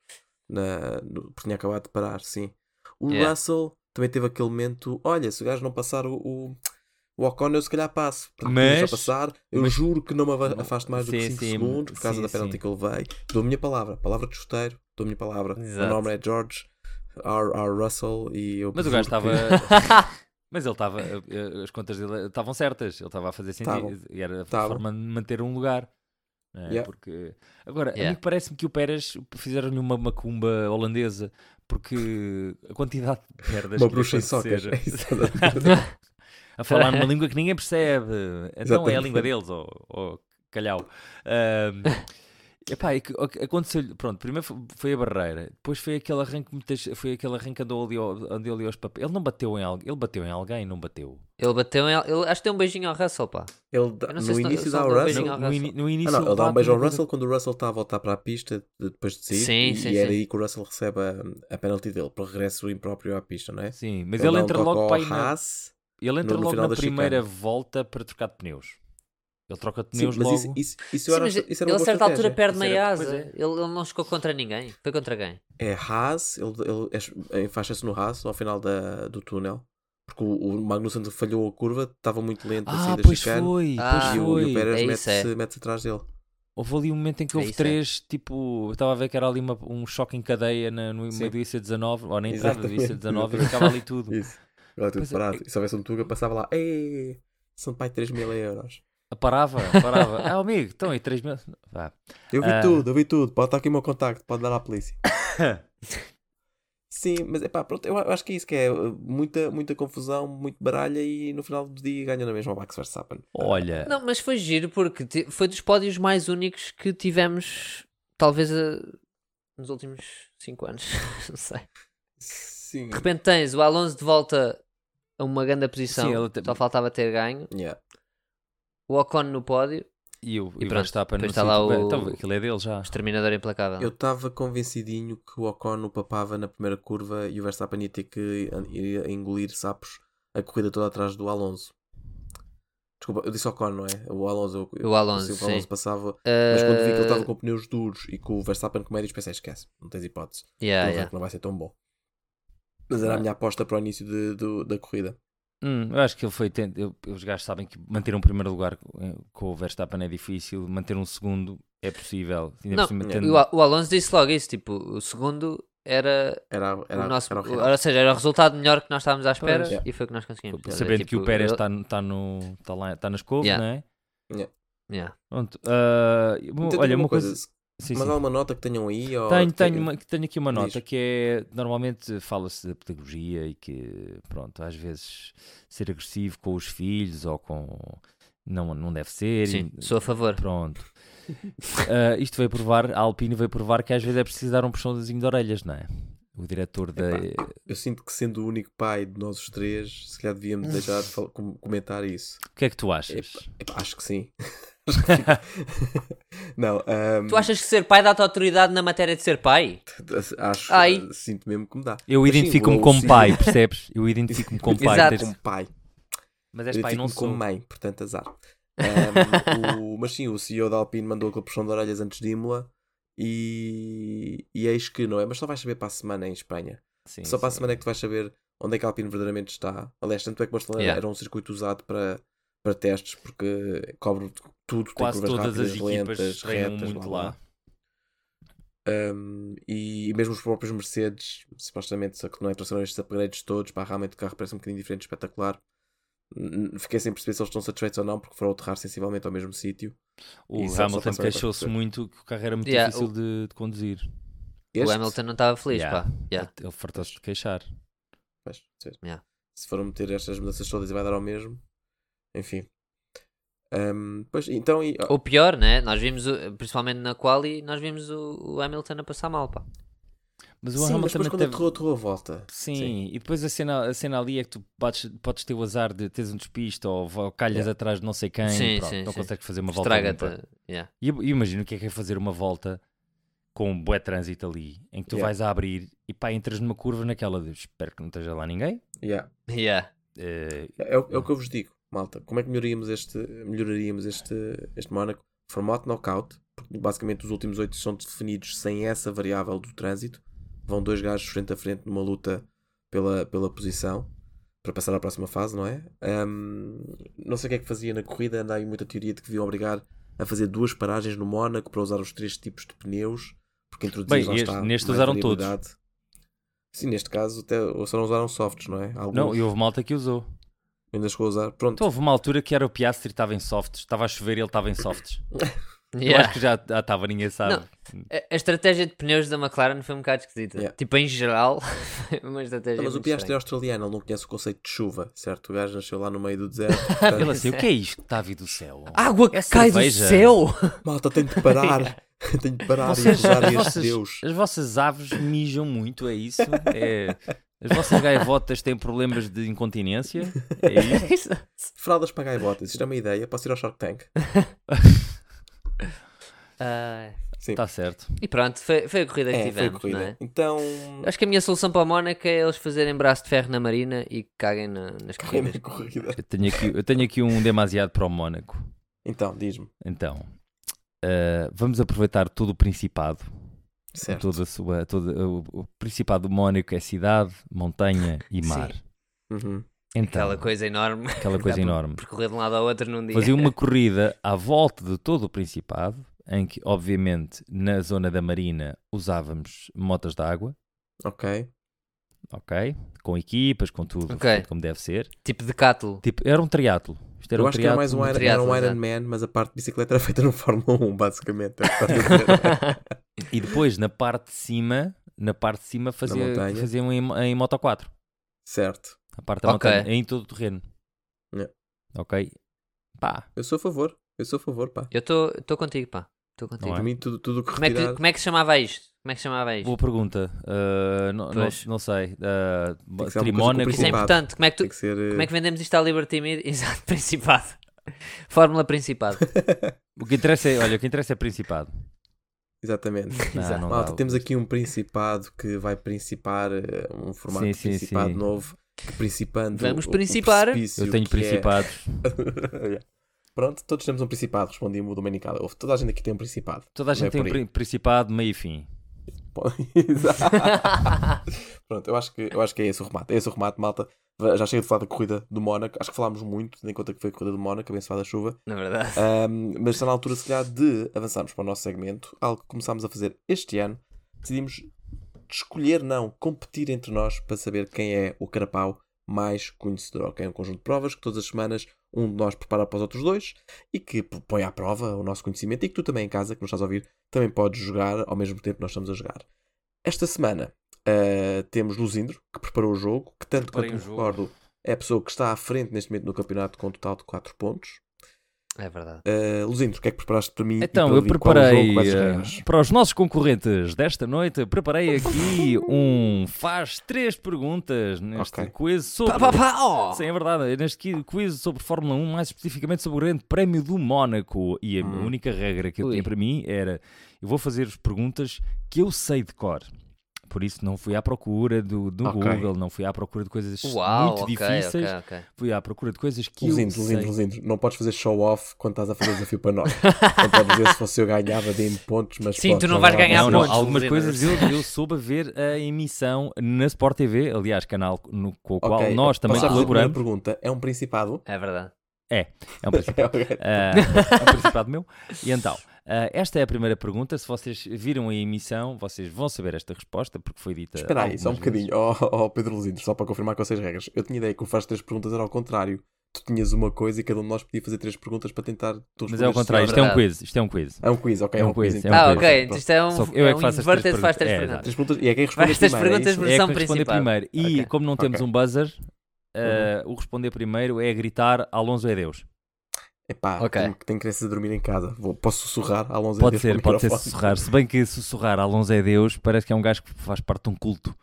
S3: na, no, porque tinha acabado de parar, sim. O
S1: Yeah.
S3: Russell também teve aquele momento: olha, se o gajo não passar o. o o Ocon eu se calhar passo, portanto,
S2: Mas-
S3: deixa passar. Eu
S2: mas-
S3: juro que não me ava- afasto mais do que
S2: Sim,
S3: cinco
S2: sim,
S3: segundos por causa
S2: sim,
S3: da penalty
S2: sim.
S3: que eu levei. Dou a minha palavra, palavra de chuteiro, dou a minha palavra.
S1: Exato.
S3: O nome é George R. R. Russell e eu
S2: Mas o gajo
S3: juro
S2: estava.
S3: que-
S2: Mas ele estava. As contas dele estavam certas. Ele estava a fazer sentido.
S3: Tavam.
S2: E era a
S3: Tavam.
S2: forma de manter um lugar. não é?
S3: Yeah.
S2: Porque... Agora, a
S1: Yeah.
S2: mim parece-me que o Pérez fizeram-lhe uma macumba holandesa. Porque a quantidade de merdas
S3: Uma
S2: que
S3: bruxa em
S2: lhe
S3: socas.
S2: acontecer-
S3: É isso.
S2: a falar numa língua que ninguém percebe. Então é a
S3: Exatamente.
S2: língua deles, ou, ou calhau. Ahm, epá, e que- o que aconteceu, pronto, primeiro fo- foi a barreira, depois foi aquele arranque, muitas, foi aquele arranque andou ali, ao- andou ali aos papéis. Ele não bateu em alguém, ele bateu em alguém, não bateu.
S1: Ele bateu em. Ele, acho que deu um beijinho ao Russell, pá.
S3: Ele dá-
S1: Eu não sei
S3: no
S1: se não-
S3: início
S1: se
S3: dá
S1: não
S3: ao
S1: deu um
S3: Russell.
S1: beijinho ao
S2: No, ini- no
S3: Ah,
S2: início
S3: não, ele dá um
S2: bate
S3: beijo ao
S2: uma coisa-
S3: Russell quando o Russell está a voltar para a pista de- depois de sair.
S1: Sim,
S3: e
S1: sim,
S3: e é
S1: sim.
S3: aí que o Russell recebe a, a penalty dele, para o regresso impróprio à pista, não é?
S2: Sim, mas
S3: Ele
S2: ele,
S3: dá um
S2: entra
S3: toque
S2: logo
S3: ao
S2: para aí na,
S3: Haas.
S2: ele entra
S3: no- no
S2: logo
S3: final
S2: na
S3: da
S2: primeira
S3: chicane.
S2: volta para trocar de pneus. Ele troca de
S3: Sim,
S2: pneus
S3: mas
S2: logo.
S3: isso, isso, isso,
S1: Sim,
S3: eu
S1: mas
S3: acho- isso era
S1: ele
S3: uma
S1: a
S3: boa
S1: certa altura
S3: estratégia.
S1: perde
S2: Isso
S1: meia
S2: era-
S1: asa.
S2: pois é.
S1: Ele, ele não chegou contra ninguém. Foi contra quem?
S3: É Haas, ele, ele é- enfaixa-se no Haas ao final da, do túnel, porque o, o Magnussen falhou a curva, estava muito lento a
S2: Ah,
S3: sair da
S2: pois
S3: chicane
S1: Ah,
S2: foi,
S3: e,
S2: pois
S3: o, e
S2: foi.
S3: o Pérez
S1: É isso,
S3: mete-se
S1: é.
S3: mete atrás dele.
S2: Houve ali um momento em que
S1: É
S2: houve
S1: isso, é.
S2: três, tipo, eu estava a ver que era ali uma- um choque em cadeia na- no
S3: Sim.
S2: meio do I C dezanove, ou na entrada do I C
S3: Exatamente,
S2: dezanove, e
S3: exatamente.
S2: ficava ali tudo.
S3: Isso, agora tudo
S2: Pois é,
S3: parado. E se houvesse um Tuga, passava lá, ei, são pai três mil euros.
S2: Parava, parava. Ah, amigo, estão aí três mil. Vá.
S3: Eu vi
S2: Ah.
S3: tudo, eu vi tudo. Pode estar aqui o meu contacto, pode dar à polícia. Sim, mas é pá, pronto, eu acho que é isso que é uh, muita, muita confusão, muito baralha e no final do dia ganha na mesma o Max Verstappen.
S2: Olha,
S1: Não, mas foi giro porque ti- foi dos pódios mais únicos que tivemos, talvez, a- nos últimos cinco anos. Não sei.
S3: Sim.
S1: De repente tens o Alonso de volta a uma grande posição.
S2: Sim, ele te-
S1: Só faltava ter ganho.
S3: Yeah.
S1: O Ocon no pódio.
S2: e o,
S1: E
S2: e o
S1: pronto,
S2: Verstappen no
S1: depois está lá
S2: sítio-
S1: o-
S2: Então, aquilo é dele já.
S1: Exterminador implacável.
S3: Eu estava convencidinho que o Ocon o papava na primeira curva e o Verstappen ia ter que ia engolir sapos a corrida toda atrás do Alonso. Desculpa, eu disse Ocon, não é? O Alonso. eu-
S1: O Alonso,
S3: o Alonso
S1: sim.
S3: passava. Mas quando vi que ele
S1: Uh,
S3: estava com pneus duros e com o Verstappen com médios, pensei, esquece, não tens hipótese.
S1: yeah,
S3: Ele
S1: yeah.
S3: que não vai ser tão bom. Mas era a
S2: Ah.
S3: minha aposta para o início de- do- da corrida.
S2: Hum, eu acho que ele foi. tent- eu- Os gajos sabem que manter um primeiro lugar eh, com o Verstappen é difícil, manter um segundo é possível. Ainda
S1: Não,
S2: por cima
S3: é.
S2: tendo-
S1: O, Al- o Alonso disse logo isso. Tipo, o segundo era,
S3: Era, era,
S1: o nosso.
S3: era o real.
S1: Ou seja, era o resultado melhor que nós estávamos à espera
S2: Pois.
S1: e foi o que nós conseguimos.
S2: Sabendo
S1: Tipo,
S2: que o Pérez
S1: eu-
S2: está tá no, tá lá, tá nas couves,
S1: Yeah.
S2: não é?
S1: Yeah.
S2: Pronto. ah,
S3: Então,
S2: olha,
S3: diga
S2: uma coisa.
S3: se-
S2: Sim,
S3: mas
S2: sim.
S3: há uma nota que tenham aí? Ou
S2: Tenho,
S3: que-
S2: tenho, uma- tenho aqui uma
S3: Diz.
S2: nota que é. Normalmente fala-se de pedagogia e que, pronto, às vezes ser agressivo com os filhos ou com. Não, não deve ser.
S1: Sim,
S2: e-
S1: sou a favor.
S2: Pronto. Ah, isto veio provar, a Alpine veio provar que às vezes é preciso dar um puxãozinho de orelhas, não é? O diretor da.
S3: Eu sinto que sendo o único pai de nós os três, se calhar devíamos deixar de fal- com- comentar isso.
S2: O que é que tu achas?
S3: Epá, acho que sim. Acho que fico- Não, ahm,
S1: Tu achas que ser pai dá-te autoridade na matéria de ser pai?
S3: acho,
S1: Ai.
S3: ah, sinto mesmo que me dá.
S2: Eu
S3: Mas sim,
S2: identifico-me
S3: o-
S2: como
S3: sim.
S2: pai, percebes? Eu identifico-me como pai.
S1: Exato.
S2: tens-
S3: Como pai.
S2: Mas
S3: Eu
S2: és pai, não
S3: identifico-me
S2: sou.
S3: como mãe, portanto azar. Ahm, o- mas sim, o C E O da Alpine mandou aquele puxão de orelhas antes de Imola e, e eis que não é, mas só vais saber para a semana em Espanha.
S2: Sim,
S3: Só para a
S2: sim.
S3: semana é que tu vais saber onde é que a Alpine verdadeiramente está. Aliás, tanto é que Barcelona
S1: Yeah.
S3: era um circuito usado para, para testes, porque cobre tudo,
S2: Quase
S3: tem curvas
S2: todas as
S3: rápidas,
S2: equipas
S3: lentas,
S2: treinam
S3: retas,
S2: muito
S3: blá,
S2: lá.
S3: blá. Um, e, e mesmo os próprios Mercedes, supostamente, só que não é, trouxeram estes upgrades todos, pá, realmente o carro parece um bocadinho diferente, espetacular. N- Fiquei sem perceber se eles estão satisfeitos ou não, porque foram aterrar sensivelmente ao mesmo sítio.
S2: O
S3: E só- só
S2: Hamilton
S3: para saber para
S2: queixou-se
S3: perceber.
S2: muito que o carro era muito
S1: Yeah,
S2: difícil
S1: o-
S2: de, de conduzir.
S1: O
S3: Este?
S1: Hamilton não estava feliz,
S2: Yeah.
S1: pá. Yeah.
S2: Ele, ele fartou-se de queixar.
S3: Pois, se-
S1: Yeah.
S3: se foram meter estas mudanças todas e vai dar ao mesmo, enfim. Um, pois, então, e,
S1: Ou pior, né? Nós vimos, o- principalmente na quali, nós vimos o, o Hamilton a passar mal, pá.
S2: Mas o
S3: sim, mas
S2: Hamilton
S3: depois
S2: também
S3: quando
S2: teve...
S3: aterrou, aterrou a volta.
S2: Sim, e depois a cena, a cena ali é que tu podes, podes ter o azar de teres um despiste ou, ou calhas
S3: Yeah.
S2: atrás de não sei quem,
S1: Sim,
S2: pronto,
S1: sim,
S2: não
S1: sim.
S2: consegues fazer uma volta
S1: Estraga-te.
S2: limpa.
S1: Yeah.
S2: E eu, eu imagino o que é que é fazer uma volta com um bué trânsito ali, em que tu
S3: Yeah.
S2: vais a abrir e pá, entras numa curva naquela de espero que não esteja lá ninguém.
S3: Yeah.
S1: Yeah.
S2: Eh,
S3: É, o- é o que eu vos digo, malta. Como é que melhoraríamos este, melhoraríamos este, este Mónaco? Formato knockout, porque basicamente os últimos oito são definidos sem essa variável do trânsito. Vão dois gajos frente a frente numa luta pela, pela posição para passar à próxima fase, não é? Um, não sei o que é que fazia na corrida, anda aí muita teoria de que deviam obrigar a fazer duas paragens no Mónaco para usar os três tipos de pneus, porque introduzias
S2: Bem,
S3: lá
S2: este-
S3: está,
S2: neste
S3: mais
S2: usaram todos.
S3: variabilidade. Sim, neste caso até ou só não usaram softs, não é? Alguns
S2: não, e houve malta que usou.
S3: ainda chegou a usar. Pronto.
S2: Então houve uma altura que era o Piastri e estava em softs, estava a chover e ele estava em softs. Eu
S1: Yeah.
S2: acho que já já estava, ninguém sabe.
S1: Não. A, a estratégia de pneus da McLaren foi um bocado esquisita.
S3: Yeah.
S1: Tipo, em geral, foi uma estratégia
S3: Não, mas o
S1: muito
S3: Piastri é
S1: estranha.
S3: australiano, ele não conhece o conceito de chuva, certo? O gajo nasceu lá no meio do deserto. portanto,
S2: Ele assim, o que é isto que está a vir do céu?
S1: Água que
S2: É
S1: cai do
S2: cerveja.
S1: céu!
S3: Malta, tenho de parar. tenho de parar
S2: Vocês,
S3: e rezar a
S2: as,
S3: este
S2: vossas,
S3: Deus.
S2: as vossas aves mijam muito, é isso? É, as vossas gaivotas têm problemas de incontinência? É isso?
S3: Fraldas para gaivotas, isto é uma ideia. Posso ir ao Shark Tank?
S1: Ah,
S3: Sim.
S2: Está certo.
S1: e pronto, foi, foi a corrida que
S3: é, foi a
S1: tivemos,
S3: corrida.
S1: não é?
S3: Então,
S1: Acho que a minha solução para o Mónaco é eles fazerem braço de ferro na marina e que caguem na- nas
S3: corri na
S1: corridas.
S3: corrida.
S2: Eu tenho aqui, eu tenho aqui um demasiado para o Mónaco.
S3: Então, diz-me.
S2: Então, ah, vamos aproveitar todo o Principado.
S3: Certo.
S2: Toda a sua, toda, o, o Principado do Mónaco é cidade, montanha e mar.
S3: Uhum.
S2: Então,
S1: Aquela coisa enorme.
S2: aquela
S1: Dá
S2: coisa
S1: para
S2: enorme.
S1: Percorrer de um lado ao outro num dia.
S2: Fazia uma corrida à volta de todo o Principado, em que, obviamente, na zona da Marina usávamos motas de água,
S3: Ok.
S2: ok? Com equipas, com tudo,
S1: Ok.
S2: tudo como deve ser.
S1: Tipo de cátulo.
S2: Tipo, era um triatlo. Isto era
S3: Eu
S2: um
S3: acho que era mais um,
S2: triatlo.
S3: Iron,
S1: triatlo,
S3: era um
S1: exato.
S3: Iron Man, mas a parte de bicicleta era feita no Fórmula um, basicamente. É o que estás a dizer.
S2: E depois, na parte de cima, na parte de cima fazia,
S3: montanha.
S2: faziam em, em Moto quatro.
S3: Certo.
S2: A parte da
S1: Ok.
S2: montanha, em todo o terreno.
S3: Yeah.
S2: Ok? Pá,
S3: Eu sou a favor. Eu sou a favor, pá.
S1: Eu estou contigo, pá. Estou contigo.
S2: Não
S3: Para
S2: é?
S3: mim, tudo tudo o que
S1: Como, é que,
S3: retirar...
S1: como é que se chamava isto? Como é que se chamava isto?
S2: boa pergunta. Uh, não, não,
S1: Pois.
S2: não sei. Uh,
S3: Tem que ser alguma coisa com
S2: Trimónaco.
S1: Isso é
S3: Principado.
S1: importante. Como é que, tu,
S3: Tem que ser... eh,
S1: como é que vendemos isto à Liberty Media? Exato, Principado. Fórmula Principado.
S2: O que interessa é, olha, o que interessa é Principado.
S3: Exatamente.
S2: Não,
S1: Exato.
S2: não
S3: Malta,
S2: dá.
S3: temos aqui um Principado que vai principar eh, um formato
S2: Sim,
S3: de
S2: sim,
S3: Principado
S2: sim.
S3: novo. Que principando
S1: Vamos
S3: o- o
S1: principar.
S3: precipício
S2: Eu tenho
S3: que é-
S2: Principados.
S3: Pronto, todos temos um Principado, respondi-me o Domenicado. Toda a gente aqui tem um Principado.
S2: Toda a
S3: Não
S2: gente
S3: é
S2: tem um
S3: por aí.
S2: pri- Principado, meio e fim.
S3: Exato. Pronto, eu acho, que, eu acho que é esse o remate. É esse o remate, malta. Já chega de falar da corrida do Mónaco. Acho que falámos muito, tendo em conta que foi a corrida do Mónaco, abençoada a chuva.
S1: Na verdade.
S3: Um, mas está na altura, se calhar, de avançarmos para o nosso segmento. Algo que começámos a fazer este ano. Decidimos escolher, não, competir entre nós para saber quem é o carapau mais conhecedor. Ok? É um conjunto de provas que todas as semanas um de nós prepara para os outros dois e que põe à prova o nosso conhecimento e que tu também em casa, que nos estás a ouvir, também podes jogar ao mesmo tempo que nós estamos a jogar. Esta semana uh, temos Luzindro, que preparou o jogo, que tanto
S2: Preparei
S3: quanto
S2: o
S3: me
S2: jogo.
S3: recordo é a pessoa que está à frente neste momento no campeonato com um total de quatro pontos.
S1: É verdade.
S3: Uh, Luzindro, o que é que preparaste para mim? e
S2: Então,
S3: para
S2: eu
S3: Levi? Qual o
S2: preparei
S3: jogo, quais as
S2: eh,
S3: regras?
S2: para os nossos concorrentes desta noite, preparei aqui um faz três perguntas neste
S3: Ok.
S2: quiz sobre...
S1: Pá, pá, pá, oh!
S2: Sim, é verdade, neste qui- quiz sobre Fórmula um, mais especificamente sobre o Grande Prémio do Mónaco. E a
S3: Hum.
S2: única regra que eu
S1: Ui.
S2: tinha para mim era, eu vou fazer as perguntas que eu sei de cor. por isso não fui à procura do, do
S3: Ok.
S2: Google, não fui à procura de coisas
S1: Uau,
S2: muito
S1: ok,
S2: difíceis,
S1: ok, ok.
S2: fui à procura de coisas que eu
S3: Luzindo,
S2: sei.
S3: Luzindo, Luzindo. Não podes fazer show-off quando estás a fazer o desafio para nós. Não podes dizer se fosse eu ganhava, dei-me pontos, mas
S1: Sim,
S3: pronto,
S1: tu não
S3: joga
S1: vais
S3: lá
S1: ganhar
S2: Não,
S3: vocês.
S2: não,
S1: pontos,
S2: algumas
S1: Luzindo.
S2: coisas eu, eu soube a ver a emissão na Sport T V, aliás, canal no, com o qual
S3: Ok,
S2: nós também
S3: posso fazer a primeira
S2: colaboramos.
S3: pergunta? É um principado?
S1: É verdade.
S2: É um principado.
S3: Ok.
S2: Ah, é um principado meu. E então, ah, esta é a primeira pergunta. Se vocês viram a emissão, vocês vão saber esta resposta, porque foi dita.
S3: Espera aí, só um
S2: algumas vezes.
S3: bocadinho. Oh, oh, Pedro Luzindo, só para confirmar com essas regras. Eu tinha ideia que o faz três perguntas era ao contrário. Tu tinhas uma coisa e cada um de nós podia fazer três perguntas para tentar... Tu
S2: Mas é ao
S3: respondeste
S2: contrário,
S3: sim
S2: isto é
S3: ou
S2: um
S1: verdade.
S2: quiz. Isto é um quiz.
S3: não. É um quiz, ok.
S2: É
S3: É
S2: um
S3: um quiz.
S2: quiz,
S3: então.
S2: é um
S1: Ah,
S2: quiz.
S1: ok.
S3: Pronto.
S1: Isto é um,
S2: Só que eu é
S1: é
S2: que
S1: um
S2: faço as três
S1: inverted faz três
S2: perguntas. É,
S1: perguntas.
S3: Três perguntas. E é quem responde
S1: Vais três
S3: primeiro, é
S1: perguntas,
S3: isso?
S2: É
S1: versão
S2: que responde
S1: principal.
S2: primeiro. E
S1: Ok.
S2: como não temos
S3: Ok.
S2: um buzzer, ah, o responder primeiro é gritar Alonso é Deus.
S3: Epá,
S1: Ok.
S3: tenho, tenho crianças a dormir em casa. Vou, posso sussurrar? Alonso é
S2: Pode
S3: Deus
S2: ser,
S3: para o
S2: pode ser
S3: microfone.
S2: sussurrar. Se bem que sussurrar Alonso é Deus parece que é um gajo que faz parte de um culto.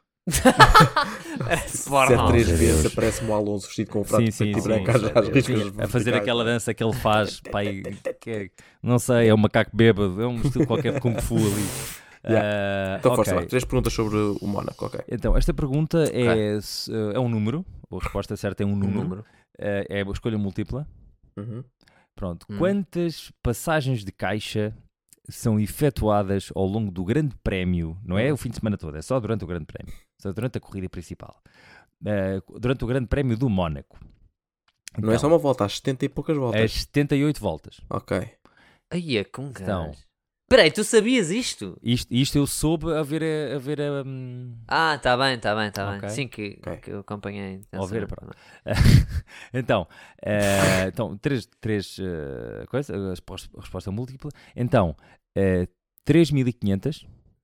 S3: Se
S1: Bora,
S3: é
S1: não.
S3: três
S2: Alonso é
S3: vezes
S2: Deus.
S3: aparece-me o Alonso vestido com um frato
S2: Sim,
S3: de
S2: sim,
S3: preto e
S2: sim.
S3: branco às, às
S1: Sim,
S3: riscas
S2: A fazer
S3: verticais.
S2: aquela dança que ele faz, pai, que é- não sei, é um macaco bêbado, é um estilo qualquer de Kung Fu ali. Ah,
S3: Então força
S2: ok.
S3: lá, três perguntas sobre o Mónaco, ok.
S2: Então, esta pergunta é, se- é um número, a resposta certa é um
S1: Um
S2: número,
S1: número.
S2: Ah, é a escolha múltipla.
S3: Uhum.
S2: Pronto,
S1: Hum.
S2: quantas passagens de caixa são efetuadas ao longo do Grande Prémio? Não é o fim de semana todo, é só durante o Grande Prémio, só durante a corrida principal. Ah, durante o Grande Prémio do Mónaco.
S3: Não é
S2: Então,
S3: só uma volta, às setenta e poucas voltas.
S2: as setenta e oito voltas.
S3: Ok.
S1: Aí é com
S2: Então.
S1: gajo. Peraí, tu sabias isto?
S2: Isto, isto eu soube a ver a, a, ver a, hum,
S1: Ah, tá bem, tá bem, tá
S2: Ok.
S1: bem. Sim, que,
S3: Ok.
S1: que eu acompanhei.
S2: Ao ver,
S1: intensamente.
S2: então, eh, então, três, três eh, coisas, a resposta, a resposta múltipla. Então, eh, três mil e quinhentas,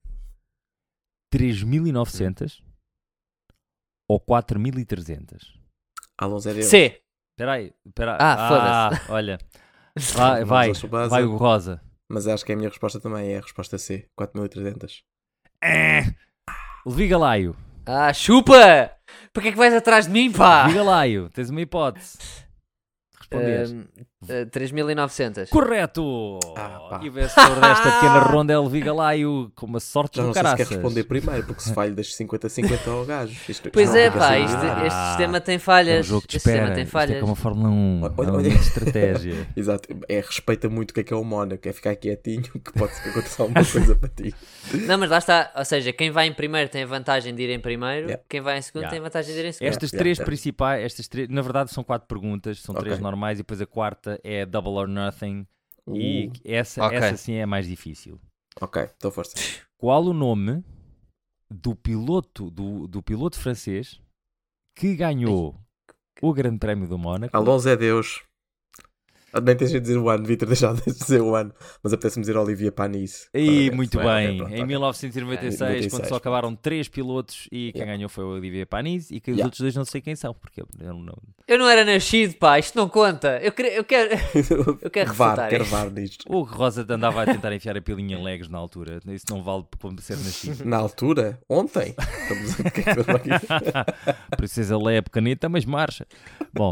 S2: três mil e novecentas ou quatro mil e trezentas?
S3: Alonso é Deus.
S1: C.
S2: Espera aí, espera aí.
S1: Ah, foda-se.
S2: olha, vai,
S3: Vamos
S2: vai,
S3: ao Subasa.
S2: vai o Rosa.
S3: Mas acho que a minha resposta também é a resposta C. quatro mil e trezentas.
S2: Eh, Levi Galaio,
S1: Ah, chupa! Porquê é que vais atrás de mim, pá?
S2: Levi Galaio, tens uma hipótese. Respondeste.
S1: Ahm, ah, três mil e novecentos.
S2: Correto!
S3: Ah, pá.
S2: E o vencedor desta pequena ronda é o Levi Galaio, com uma sorte
S3: Já
S2: do
S3: não sei se
S2: caraças.
S3: quer responder primeiro, porque se falho das cinquenta a cinquenta ao gajo. Isto-
S1: Pois
S3: isto
S1: é,
S3: não fica
S1: pá,
S3: assim.
S1: isto-
S2: Ah,
S1: este sistema tem
S2: É um
S1: falhas.
S2: jogo de
S1: Este sistema
S2: espera.
S1: tem
S2: Isto é
S1: falhas.
S2: como a Fórmula um.
S3: Olha,
S2: é um
S3: olha.
S2: momento de estratégia.
S3: Exato, é, respeita muito o que é que é o Mónaco, é ficar quietinho, que pode ser que aconteça alguma coisa para ti.
S1: Não, mas lá está. Ou seja, quem vai em primeiro tem a vantagem de ir em primeiro.
S3: Yeah.
S1: Quem vai em segundo
S2: Yeah.
S1: tem a vantagem de ir em segundo.
S2: Estas
S3: Yeah,
S2: três
S3: yeah.
S2: principais, estas três, na verdade são quatro perguntas, são três
S3: Ok.
S2: normais e depois a quarta é Double or Nothing e
S3: Uh,
S2: essa,
S1: Ok.
S2: essa sim é a mais difícil.
S3: ok, então força.
S2: Qual o nome do piloto, do, do piloto francês que ganhou o Grande Prémio do Mónaco?
S3: Alonso é Deus. Ah, nem tens de dizer o ano, devia ter deixado de dizer o ano, mas apetece-me dizer Olivier Panis.
S2: E
S3: Ok,
S2: muito
S3: ok,
S2: bem,
S3: pronto,
S2: em
S3: ok.
S2: mil novecentos e noventa e seis,
S3: noventa e
S2: quando
S3: seis,
S2: só acabaram três pilotos e quem
S3: Yeah.
S2: ganhou foi o Olivier Panis e que os
S3: Yeah.
S2: outros dois não sei quem são, porque eu eu não...
S1: Eu não era nascido, pá. Isto não conta. Eu, quero- eu quero. Eu quero
S3: VAR,
S1: refutar
S3: quero
S1: isto.
S3: VAR nisto.
S2: O Rosa andava a tentar enfiar a pilinha em legs na altura, isso não vale como ser nascido.
S3: Na altura, ontem. Estamos a... o que é que estamos aqui?
S2: Princesa Leia pequenita, mas marcha. Bom,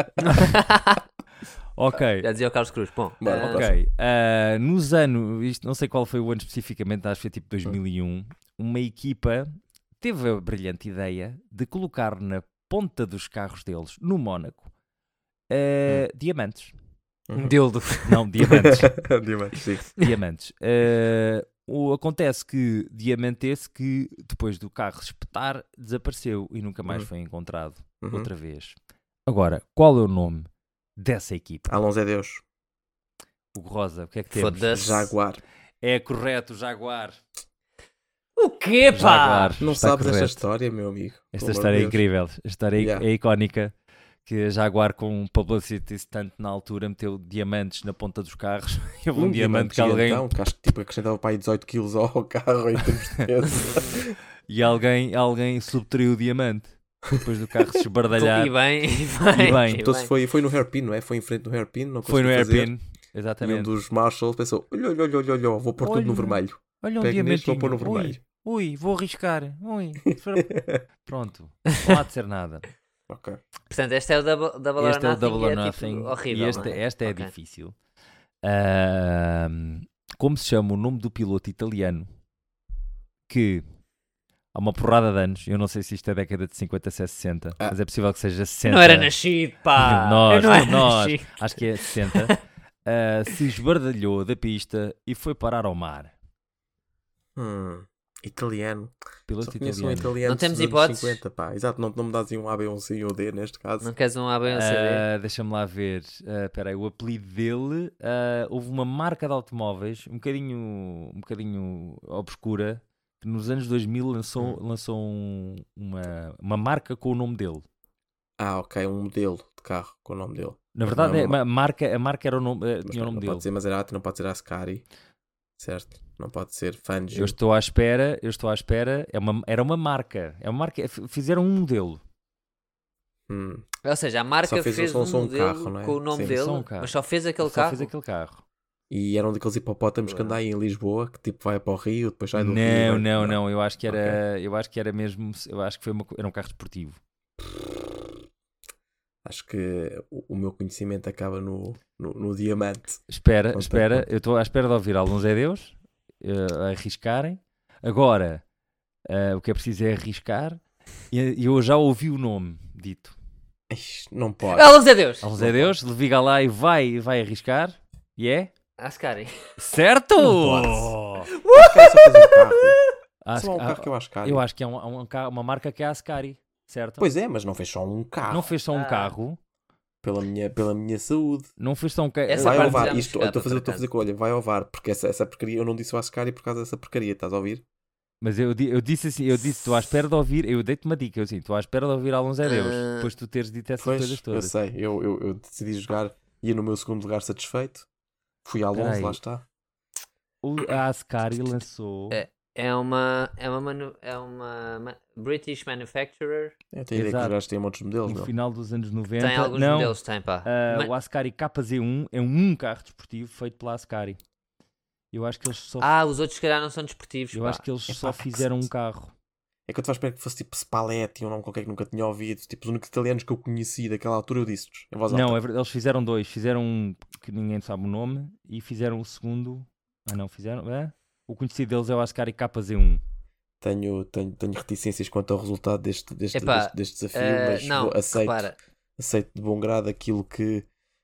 S2: ok.
S1: Já dizia o Carlos Cruz. Bom,
S3: Bora,
S1: ah,
S3: ok.
S2: Ok, ah, nos anos, isto não sei qual foi o ano especificamente, acho que foi tipo dois mil e um, uma equipa teve a brilhante ideia de colocar na ponta dos carros deles, no Mónaco, ah, diamantes.
S1: um dildo.
S2: Não, diamantes.
S3: Diamante, sim.
S2: diamantes. Ah, o, acontece que diamante esse que depois do carro espetar desapareceu e nunca mais
S3: Uhum.
S2: foi encontrado
S3: Uhum.
S2: outra vez. Agora, qual é o nome dessa equipa?
S3: Alonso é Deus.
S2: O Rosa, o que é que temos?
S1: Foda-se.
S3: Jaguar.
S2: É correto, Jaguar.
S1: O quê, pá?
S2: Jaguar.
S3: Não
S2: está
S3: sabes
S2: correto.
S3: esta história, meu amigo?
S2: Esta
S3: Pelo
S2: história é
S3: amor de Deus.
S2: incrível. A história é-
S3: Yeah.
S2: é icónica. Que a Jaguar, com um publicity stunt na altura, meteu diamantes na ponta dos carros. E houve um,
S3: Um
S2: diamante que alguém.
S3: gigantão, que acho que tipo, acrescentava para aí dezoito quilos ao carro em termos de peso.
S2: E alguém, alguém subtraiu o diamante. Depois do carro se esbardalhar.
S1: E bem, e bem.
S2: E bem.
S3: Então se foi, foi no hairpin, não é? Foi em frente no hairpin. Não
S2: Foi no
S3: conseguiu fazer.
S2: hairpin.
S3: E um
S2: Exatamente.
S3: dos marshals pensou: olha, olha, olha, olha, olha, vou pôr tudo no
S2: Olha.
S3: vermelho.
S2: Olha um
S3: Pego neste, vou
S2: diamantinho.
S3: pôr no
S2: Ui,
S3: vermelho.
S2: ui, vou arriscar. Ui. se for- Pronto. Não há de ser nada.
S3: Ok.
S1: Portanto, este é o Double, double or
S2: Este é o
S1: Nothing.
S2: Double
S1: e
S2: or
S1: é,
S2: Nothing.
S1: tipo, horrível.
S2: E este,
S1: não é?
S2: esta é
S1: Ok.
S2: difícil. Ahm, como se chama o nome do piloto italiano que, há uma porrada de anos. Eu não sei se isto é década de cinquenta, se é sessenta,
S3: Ah.
S2: mas é possível que seja sessenta.
S1: Não era nascido, pá!
S2: Nós,
S1: Eu não era
S2: nós,
S1: nascido.
S2: acho que é sessenta. uh, se esbardalhou da pista e foi parar ao mar.
S3: Hum, italiano.
S2: Piloto
S3: Só conheço um
S2: italiano.
S3: italiano
S1: Não
S3: dos
S1: temos
S3: anos
S1: hipóteses?
S3: cinquenta, pá. Exato, não, não me dás aí um A, B, um C e um D neste caso.
S1: Não queres um A, B, um C, D?
S2: Uh, Deixa-me lá ver. Uh, Espera aí, o apelido dele. uh, houve uma marca de automóveis um bocadinho, um bocadinho obscura que nos anos dois mil lançou,
S3: Hum.
S2: lançou um- uma, uma marca com o nome dele.
S3: Ah, ok, um modelo de carro com o nome dele.
S2: Na
S3: Mas
S2: verdade,
S3: não é
S2: é,
S3: uma-
S2: a, marca, a marca era o nome, uh,
S3: Mas
S2: tinha o
S3: não,
S2: nome
S3: não
S2: dele.
S3: pode ser Maserati, não pode ser Ascari, certo? Não pode ser Fangio.
S2: Eu estou à espera, eu estou à espera. É uma, era uma marca. É uma marca. f- Fizeram um modelo.
S3: Hum.
S1: Ou seja, a marca
S3: Só fez-
S1: fez
S3: só-
S1: um
S3: só um
S1: modelo
S3: carro, não é?
S1: com o nome
S3: Sim,
S1: dele,
S2: só um carro.
S1: mas só fez aquele
S2: Só
S1: carro.
S2: fez aquele carro.
S3: E era um daqueles hipopótamos que
S1: Ué.
S3: anda aí em Lisboa, que tipo vai para o Rio, depois sai do Rio.
S2: Não,
S3: vai-
S2: não, não. Eu acho que era, eu acho que era mesmo. Eu acho que foi uma, co- era um carro desportivo.
S3: Acho que o, o meu conhecimento acaba no, no, no diamante.
S2: Espera,
S3: Conta,
S2: espera.
S3: conta.
S2: Eu estou à espera de ouvir alguns é Deus uh, a arriscarem. Agora, uh, o que é preciso é arriscar. E e eu já ouvi o nome dito.
S3: Ixi, não pode.
S1: Alonso é Deus!
S2: Alguns é Deus, Levi Galay vai, vai arriscar. E é?
S1: Ascari.
S2: Certo!
S3: Não Ascari só fez um carro.
S2: Acho,
S3: Só um
S2: que-
S3: carro que eu acho caro.
S2: eu acho que é um, um carro- uma marca que é a Ascari, certo?
S3: Pois é, mas não fez só um carro.
S2: Não fez só um
S1: Ah.
S2: carro,
S3: Pela minha, pela minha saúde.
S2: não fez só um carro.
S1: Essa
S3: Vai
S1: parte
S3: ao VAR.
S1: já me
S3: Isto,
S1: chegava,
S3: estou a fazer,
S1: por
S3: estou a fazer
S1: acaso.
S3: com olha, vai ao VAR, porque essa, essa porcaria, eu não disse o Ascari por causa dessa porcaria, estás a ouvir?
S2: Mas eu, di- eu disse assim, eu disse, estou à espera de ouvir, eu dei-te uma dica, eu assim, estou à espera de ouvir Alonso é Deus,
S1: Ah.
S2: depois de tu teres dito essas
S3: Pois,
S2: coisas
S3: eu
S2: todas.
S3: sei, eu, eu, eu decidi jogar, ia no meu segundo lugar satisfeito, fui a Alonso,
S2: Peraí.
S3: lá está.
S2: O, a Ascari lançou...
S1: É. É uma, é uma, manu- é uma ma- British manufacturer.
S3: Eu tenho a ideia que os
S2: Exato.
S3: gajos têm montes de modelos,
S2: No
S3: não?
S2: final dos anos noventa.
S1: Tem alguns
S2: não,
S1: modelos, tem pá.
S2: ah,
S1: Mas-
S2: o Ascari K Z um é um carro desportivo feito pela Ascari. Eu acho que eles só,
S1: Ah, os outros se calhar não são desportivos,
S2: eu
S1: pá.
S2: acho que eles
S3: Epá,
S2: só
S3: é que
S2: fizeram
S3: se-
S2: um carro.
S3: É que eu estava a esperar que fosse tipo Spalletti, um nome qualquer que nunca tinha ouvido. Tipo, os únicos italianos que eu conheci daquela altura eu disse-vos, em voz alta.
S2: Não, é verdade, eles fizeram dois. Fizeram um que ninguém sabe o nome e fizeram o segundo. Ah, não, fizeram. É? O conhecido deles é o Ascari K Z um.
S3: Tenho, tenho, tenho reticências quanto ao resultado deste, deste,
S1: Epá,
S3: deste, deste desafio,
S1: Eh,
S3: mas
S1: não,
S3: vou- aceito,
S1: repara,
S3: aceito de bom grado aquilo que.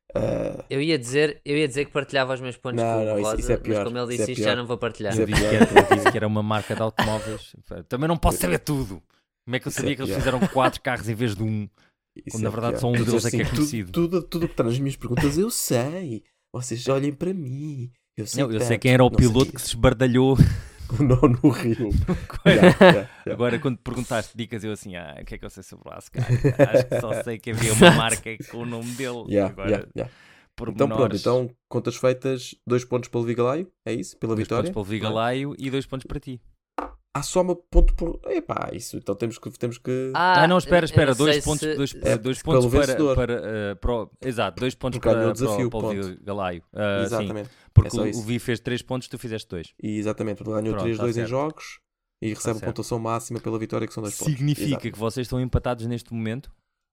S3: ah,
S1: eu ia, dizer, eu ia dizer que partilhava os meus pontos
S3: Não,
S1: com
S3: não,
S1: o
S3: isso-
S1: Rosa,
S3: isso é
S1: mas
S3: pior,
S1: como ele
S3: isso
S1: disse
S3: é
S1: isto
S3: pior.
S1: já não vou partilhar.
S3: Isso é
S2: Eu disse, que
S3: pior.
S2: era, eu disse que era uma marca de automóveis. Também não posso saber tudo. Como é que eu
S3: Isso é
S2: sabia que eles
S3: pior.
S2: fizeram quatro carros em vez de um?
S3: Isso
S2: Quando na verdade
S3: pior.
S2: só um
S3: Quer dizer
S2: deles é que é
S3: assim, tudo-
S2: conhecido.
S3: Tudo, tudo, que está nas minhas perguntas eu sei. Vocês olhem para mim. Eu sei,
S2: Não, eu sei
S3: tanto.
S2: quem era o
S3: Não
S2: piloto
S3: sabia.
S2: que se esbardalhou.
S3: Não, no Rio. Yeah, yeah, yeah.
S2: Agora, quando perguntaste dicas, eu assim, ah, o que é que eu sei sobre o Ascari? Acho que só sei que havia uma marca com o nome dele.
S3: Yeah,
S2: Agora,
S3: yeah, yeah.
S2: por
S3: Então pronto, então contas feitas, dois pontos pelo Vigalaio, é isso? Pela
S2: dois
S3: vitória?
S2: pontos para o Vigalaio e dois pontos para ti.
S3: Há só um ponto por. Epá, isso, então temos que. Temos que...
S2: Ah, não, espera,
S1: eu
S2: espera,
S1: não
S2: dois
S1: sei
S2: pontos,
S1: se-
S2: dois,
S3: é
S2: dois
S3: pelo
S2: pontos para,
S3: vencedor.
S2: para, eh, para o- exato, dois pontos
S3: Porque ganhou
S2: para,
S3: o desafio,
S2: para, o- para o
S3: ponto.
S2: Vigalaio. Ah, sim,
S3: Exatamente.
S2: porque
S3: É só
S2: o,
S3: isso.
S2: o Vi fez três pontos, tu fizeste dois.
S3: E exatamente, ele ganhou
S2: Pronto,
S3: três dois
S2: tá
S3: em
S2: certo.
S3: jogos e recebe a
S2: certo.
S3: pontuação máxima pela vitória, que são dois pontos.
S2: Significa
S3: Exato.
S2: que vocês estão empatados neste momento?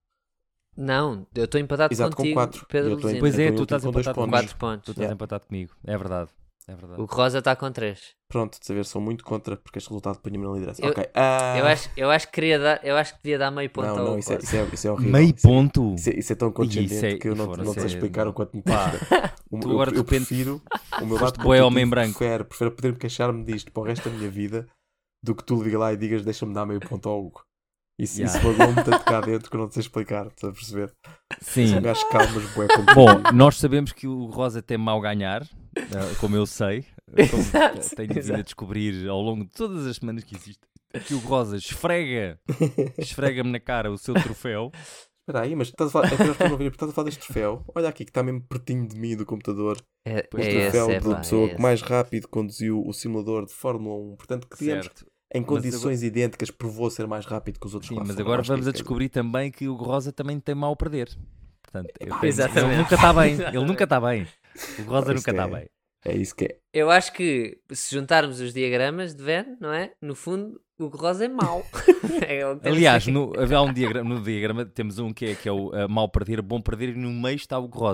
S1: Não, eu estou empatado
S3: Exato, com
S1: contigo,
S3: quatro.
S1: Pedro
S3: Eu estou em-
S1: Luzindo.
S2: Pois é,
S3: então
S2: tu
S3: eu
S2: estás
S3: tive com dois
S2: empatado com
S3: pontos.
S1: quatro pontos.
S2: Tu estás
S3: Yeah.
S2: empatado comigo, é verdade. É verdade.
S1: O Rosa está com três.
S3: Pronto, de saber, sou muito contra, porque este resultado punha-me na liderança.
S1: Eu-
S3: ok. ah,
S1: Eu, acho, eu acho que queria dar, eu acho que devia dar meio ponto
S3: Não,
S1: ao
S3: não, isso é,
S1: Rosa.
S3: isso, é, isso é horrível.
S2: Meio
S3: Isso é-
S2: ponto?
S3: Isso é, isso é tão condescendente
S2: Isso é-
S3: que eu não,
S2: fora,
S3: não sei
S2: isso é-
S3: explicar o quanto me
S2: Pá,
S3: custa. O-
S2: tu
S3: eu,
S2: agora de
S3: eu
S2: repente
S3: prefiro o meu
S2: foste
S3: lado
S2: bué homem
S3: competitivo,
S2: branco.
S3: Prefiro, prefiro poder-me queixar-me disto para o resto da minha vida do que tu liga lá e digas deixa-me dar meio ponto ao Hugo. Isso,
S2: Yeah.
S3: isso magoou-me tanto cá dentro que eu não sei explicar, estás a perceber?
S2: Sim.
S3: São gajos calmas, bué competitivo.
S2: Bom, nós sabemos que o Rosa tem mal ganhar, eh, como eu sei, como
S1: Exato,
S2: tenho vindo a
S1: exato.
S2: descobrir ao longo de todas as semanas que existe, que o Rosa esfrega, esfrega-me na cara o seu troféu.
S3: Espera aí, mas estás a falar, é que nós estamos a ouvir, porque estás a falar deste troféu. Olha aqui que está mesmo pertinho de mim do computador.
S1: É,
S2: Pois
S3: O
S1: é
S2: é,
S3: troféu
S1: esse, é,
S3: da
S1: pá,
S3: pessoa
S1: é
S3: que
S1: esse.
S3: mais rápido conduziu o simulador de Fórmula um. Portanto, que digamos,
S2: Certo.
S3: em condições idênticas, provou ser mais rápido que os outros
S2: Sim,
S3: que lá
S2: mas
S3: foram.
S2: agora
S3: Acho que é
S2: vamos
S3: isso
S2: a
S3: que quer
S2: descobrir também que o Rosa também tem mal a perder. Portanto, eu penso-
S1: Exatamente.
S2: ele nunca está bem. Ele
S1: Exatamente.
S2: nunca está bem. O Rosa
S3: Isto
S2: nunca está
S3: é-
S2: bem.
S3: dizer. É isso que é.
S1: Eu acho que se juntarmos os diagramas de Venn, não é? No fundo, o Rosa é mau. É o que temos
S2: Aliás,
S1: aqui.
S2: no, havia um diagrama, no diagrama temos um que é, que é o uh, mal perder, bom perder, e no meio está o Rosa.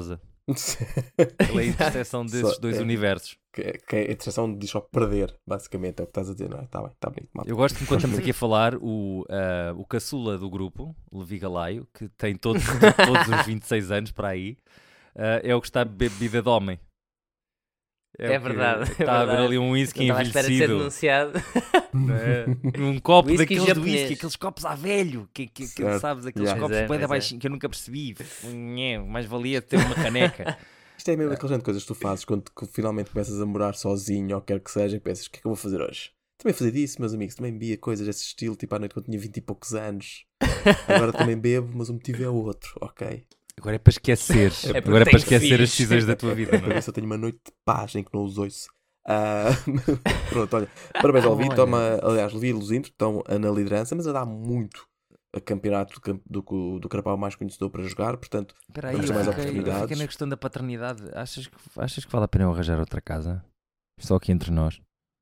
S2: Ele é a interseção desses
S3: Só-
S2: dois
S3: é.
S2: universos.
S3: Que, que a interseção diz só perder, basicamente, é o que estás a dizer, não é? Está bem, está bem. malta.
S2: Eu gosto que enquanto estamos aqui a falar, o, ah, o caçula do grupo, Levi Galaio, que tem todos, todos os vinte e seis anos para aí, ah, é o que está a beber bebida de homem.
S1: É
S2: o que-
S1: verdade, é
S2: Está a beber
S1: verdade.
S2: ali um whisky
S1: Eu estava à espera de ser
S2: envelhecido.
S1: denunciado.
S2: não é? Um copo
S1: Whisky
S2: daqueles de
S1: japonês.
S2: whisky, aqueles copos à velho, que, que, que
S3: Certo.
S2: sabes, aqueles
S3: Yeah.
S2: copos
S1: Pois é,
S2: bué da
S1: pois é.
S2: baixinho que eu nunca percebi. Nhé, mais valia ter uma caneca.
S3: Isto é mesmo daquelas gente coisas que tu fazes quando tu finalmente começas a morar sozinho ou quer que seja e pensas, o que é que eu vou fazer hoje? Também fazer disso, meus amigos, também bebia coisas desse estilo, tipo à noite quando tinha vinte e poucos anos. Agora também bebo, mas o motivo é outro, ok?
S2: Agora é para esquecer.
S1: É porque
S2: Agora é para
S1: tenho
S2: esquecer
S1: filhos.
S2: as decisões da tua vida.
S3: Para
S2: Não é?
S3: ver se eu tenho uma noite de paz em que não os ouço. Ah, pronto, olha, parabéns ao Levi,
S2: Olha.
S3: toma, aliás, Levi e Luzindo estão na liderança, mas ainda há muito a campeonato do, cam- do, do Carapau mais conhecido para jogar, portanto,
S2: Espera aí,
S3: Vamos
S2: eu
S3: ter mais
S2: fiquei, eu
S3: oportunidades.
S2: fiquei na questão da paternidade. Achas que, achas que vale a pena eu arranjar outra casa? Só aqui entre nós.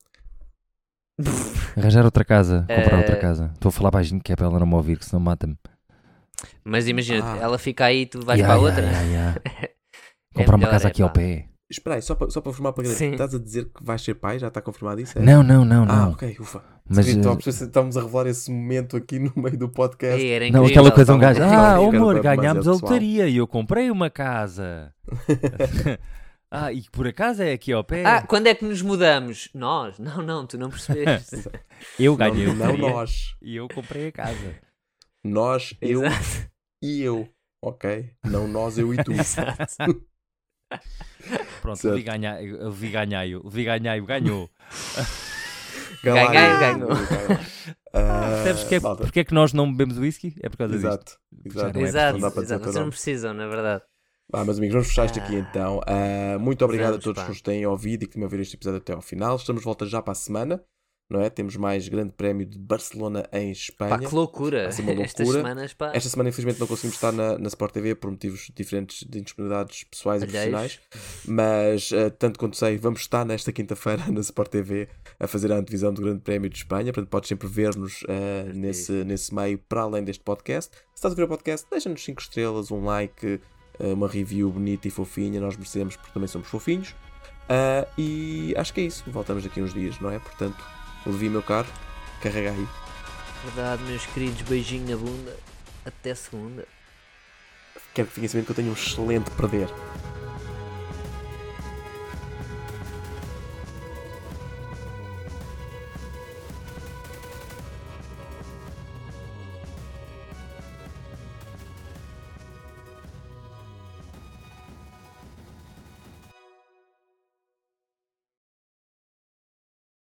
S2: Arranjar outra casa, comprar
S1: Eh,
S2: outra casa. Estou a falar baixinho que é para ela não me ouvir, que senão mata-me.
S1: Mas imagina,
S3: Ah.
S1: ela fica aí e tu vais
S2: Ya,
S1: para a
S2: ya,
S1: outra.
S2: ya, ya.
S1: É
S2: Comprar uma
S1: melhor,
S2: casa
S1: é
S2: aqui ao
S1: pá.
S2: pé.
S3: espera aí, só para, só para formar para
S1: Sim.
S3: estás a dizer que vais ser pai? Já está confirmado isso? É?
S2: Não, não, não,
S3: Ah,
S2: não.
S3: ok, ufa.
S2: Mas
S3: Então,
S2: eh,
S3: a perceber se estamos a revelar esse momento aqui no meio do podcast.
S1: Ei, era
S2: não,
S1: incrível.
S2: aquela coisa um gajo.
S3: Calma,
S2: Ah,
S3: calma,
S2: oh,
S3: calma,
S2: amor,
S3: calma,
S2: ganhámos a
S3: mas é pessoal.
S2: lotaria e eu comprei uma casa. Ah, e por acaso é aqui ao pé.
S1: Ah, quando é que nos mudamos? Nós? Não, não, tu não percebeste.
S2: Eu ganhei a
S3: Não, não
S2: lotaria
S3: nós.
S2: e eu comprei a casa.
S3: Nós, eu
S1: Exato.
S3: e eu. Ok? Não nós, eu e tu.
S1: Exato.
S2: Pronto,
S3: Certo.
S2: Levi ganha- Levi ganhaio. Levi ganhaio, ganhou.
S3: Galário.
S1: Ganhei, ganhou.
S3: Ah,
S2: Percebes que é,
S3: malta,
S2: porque é que nós não bebemos whisky? É por causa disto.
S3: Exato. Exato.
S2: não é
S1: Exato,
S3: Não dá para dizer
S1: exato.
S3: teu
S1: Vocês não
S3: nome.
S1: precisam, na verdade.
S3: Ah, meus amigos, vamos fechar isto aqui
S1: Ah.
S3: então. Ah, muito obrigado
S1: Vamos,
S3: a todos
S1: pá.
S3: que nos têm ouvido e que tenham ouvido este episódio até ao final. Estamos de volta já para a semana, não é? Temos mais grande prémio de Barcelona em Espanha.
S1: Pá, que loucura.
S3: Vai ser uma
S1: Estas
S3: loucura.
S1: semanas, pá.
S3: Esta semana, infelizmente, não conseguimos estar na, na Sport T V por motivos diferentes de indisponibilidades pessoais e
S1: Alheios.
S3: profissionais. Mas, ah, tanto quanto sei, vamos estar nesta quinta-feira na Sport T V a fazer a antevisão do Grande Prémio de Espanha. Portanto, podes sempre ver-nos ah, nesse, nesse meio, para além deste podcast. Se estás a ver o podcast, deixa-nos cinco estrelas, um like, ah, uma review bonita e fofinha. Nós merecemos porque também somos fofinhos. Ah, e acho que é isso. Voltamos daqui uns dias, não é? Portanto, Levi, meu caro, carrega aí.
S1: Verdade, meus queridos, beijinho na bunda. Até segunda.
S3: Quero que fiquem sabendo que eu tenho um excelente perder.